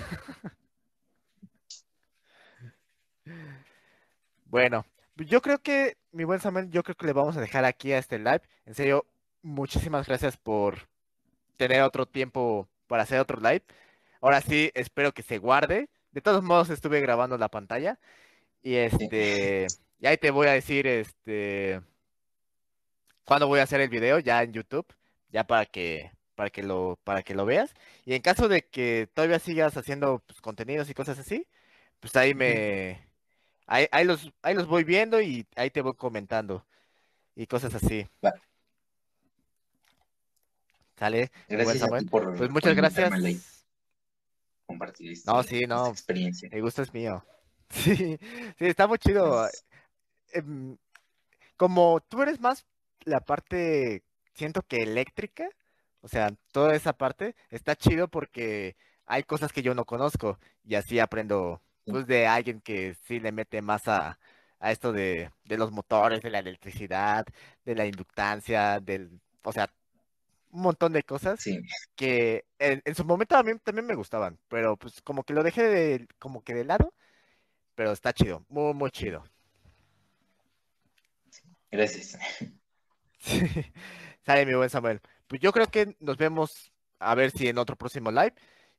Bueno, yo creo que, mi buen Samuel, yo creo que le vamos a dejar aquí a este live. En serio, muchísimas gracias por tener otro tiempo para hacer otro live. Ahora sí, espero que se guarde. De todos modos, estuve grabando la pantalla y Sí. y ahí te voy a decir, cuándo voy a hacer el video ya en YouTube, ya para que lo veas. Y en caso de que todavía sigas haciendo pues, contenidos y cosas así, pues ahí Ujú. Ahí los voy viendo y ahí te voy comentando y cosas así. Va. ¿Sale, mi buen Gracias a ti Samuel? Pues por muchas invitarme a gracias. compartir No, sí, esta no, experiencia. el gusto es mío. Sí, sí, está muy chido. Gracias. Em, Como tú eres más la parte, siento que eléctrica, o sea, toda esa parte está chido porque hay cosas que yo no conozco y así aprendo, Sí, pues, de alguien que sí le mete más a esto de los motores, de la electricidad, de la inductancia, o sea, un montón de cosas sí, que en su momento a mí también me gustaban, pero pues como que lo dejé como que de lado, pero está chido, muy, muy chido. gracias. Sí. Sale, mi buen Samuel. Pues yo creo que nos vemos a ver si en otro próximo live.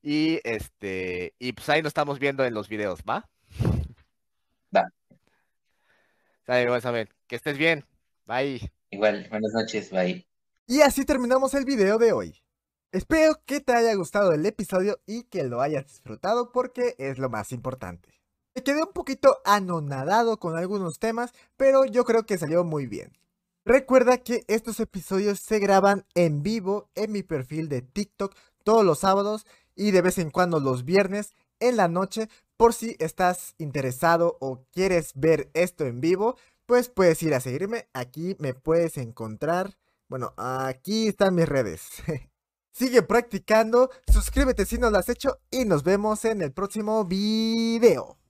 Y pues ahí nos estamos viendo en los videos, ¿va? Va, Sale, mi buen Samuel. Que estés bien. Bye. igual, buenas noches, bye. Y así terminamos el video de hoy. Espero que te haya gustado el episodio y que lo hayas disfrutado porque es lo más importante. Me quedé un poquito anonadado con algunos temas, pero yo creo que salió muy bien. Recuerda que estos episodios se graban en vivo en mi perfil de TikTok todos los sábados y de vez en cuando los viernes en la noche. Por si estás interesado o quieres ver esto en vivo, pues puedes ir a seguirme. Aquí me puedes encontrar. Bueno, aquí están mis redes. Sigue practicando, suscríbete si no lo has hecho y nos vemos en el próximo video.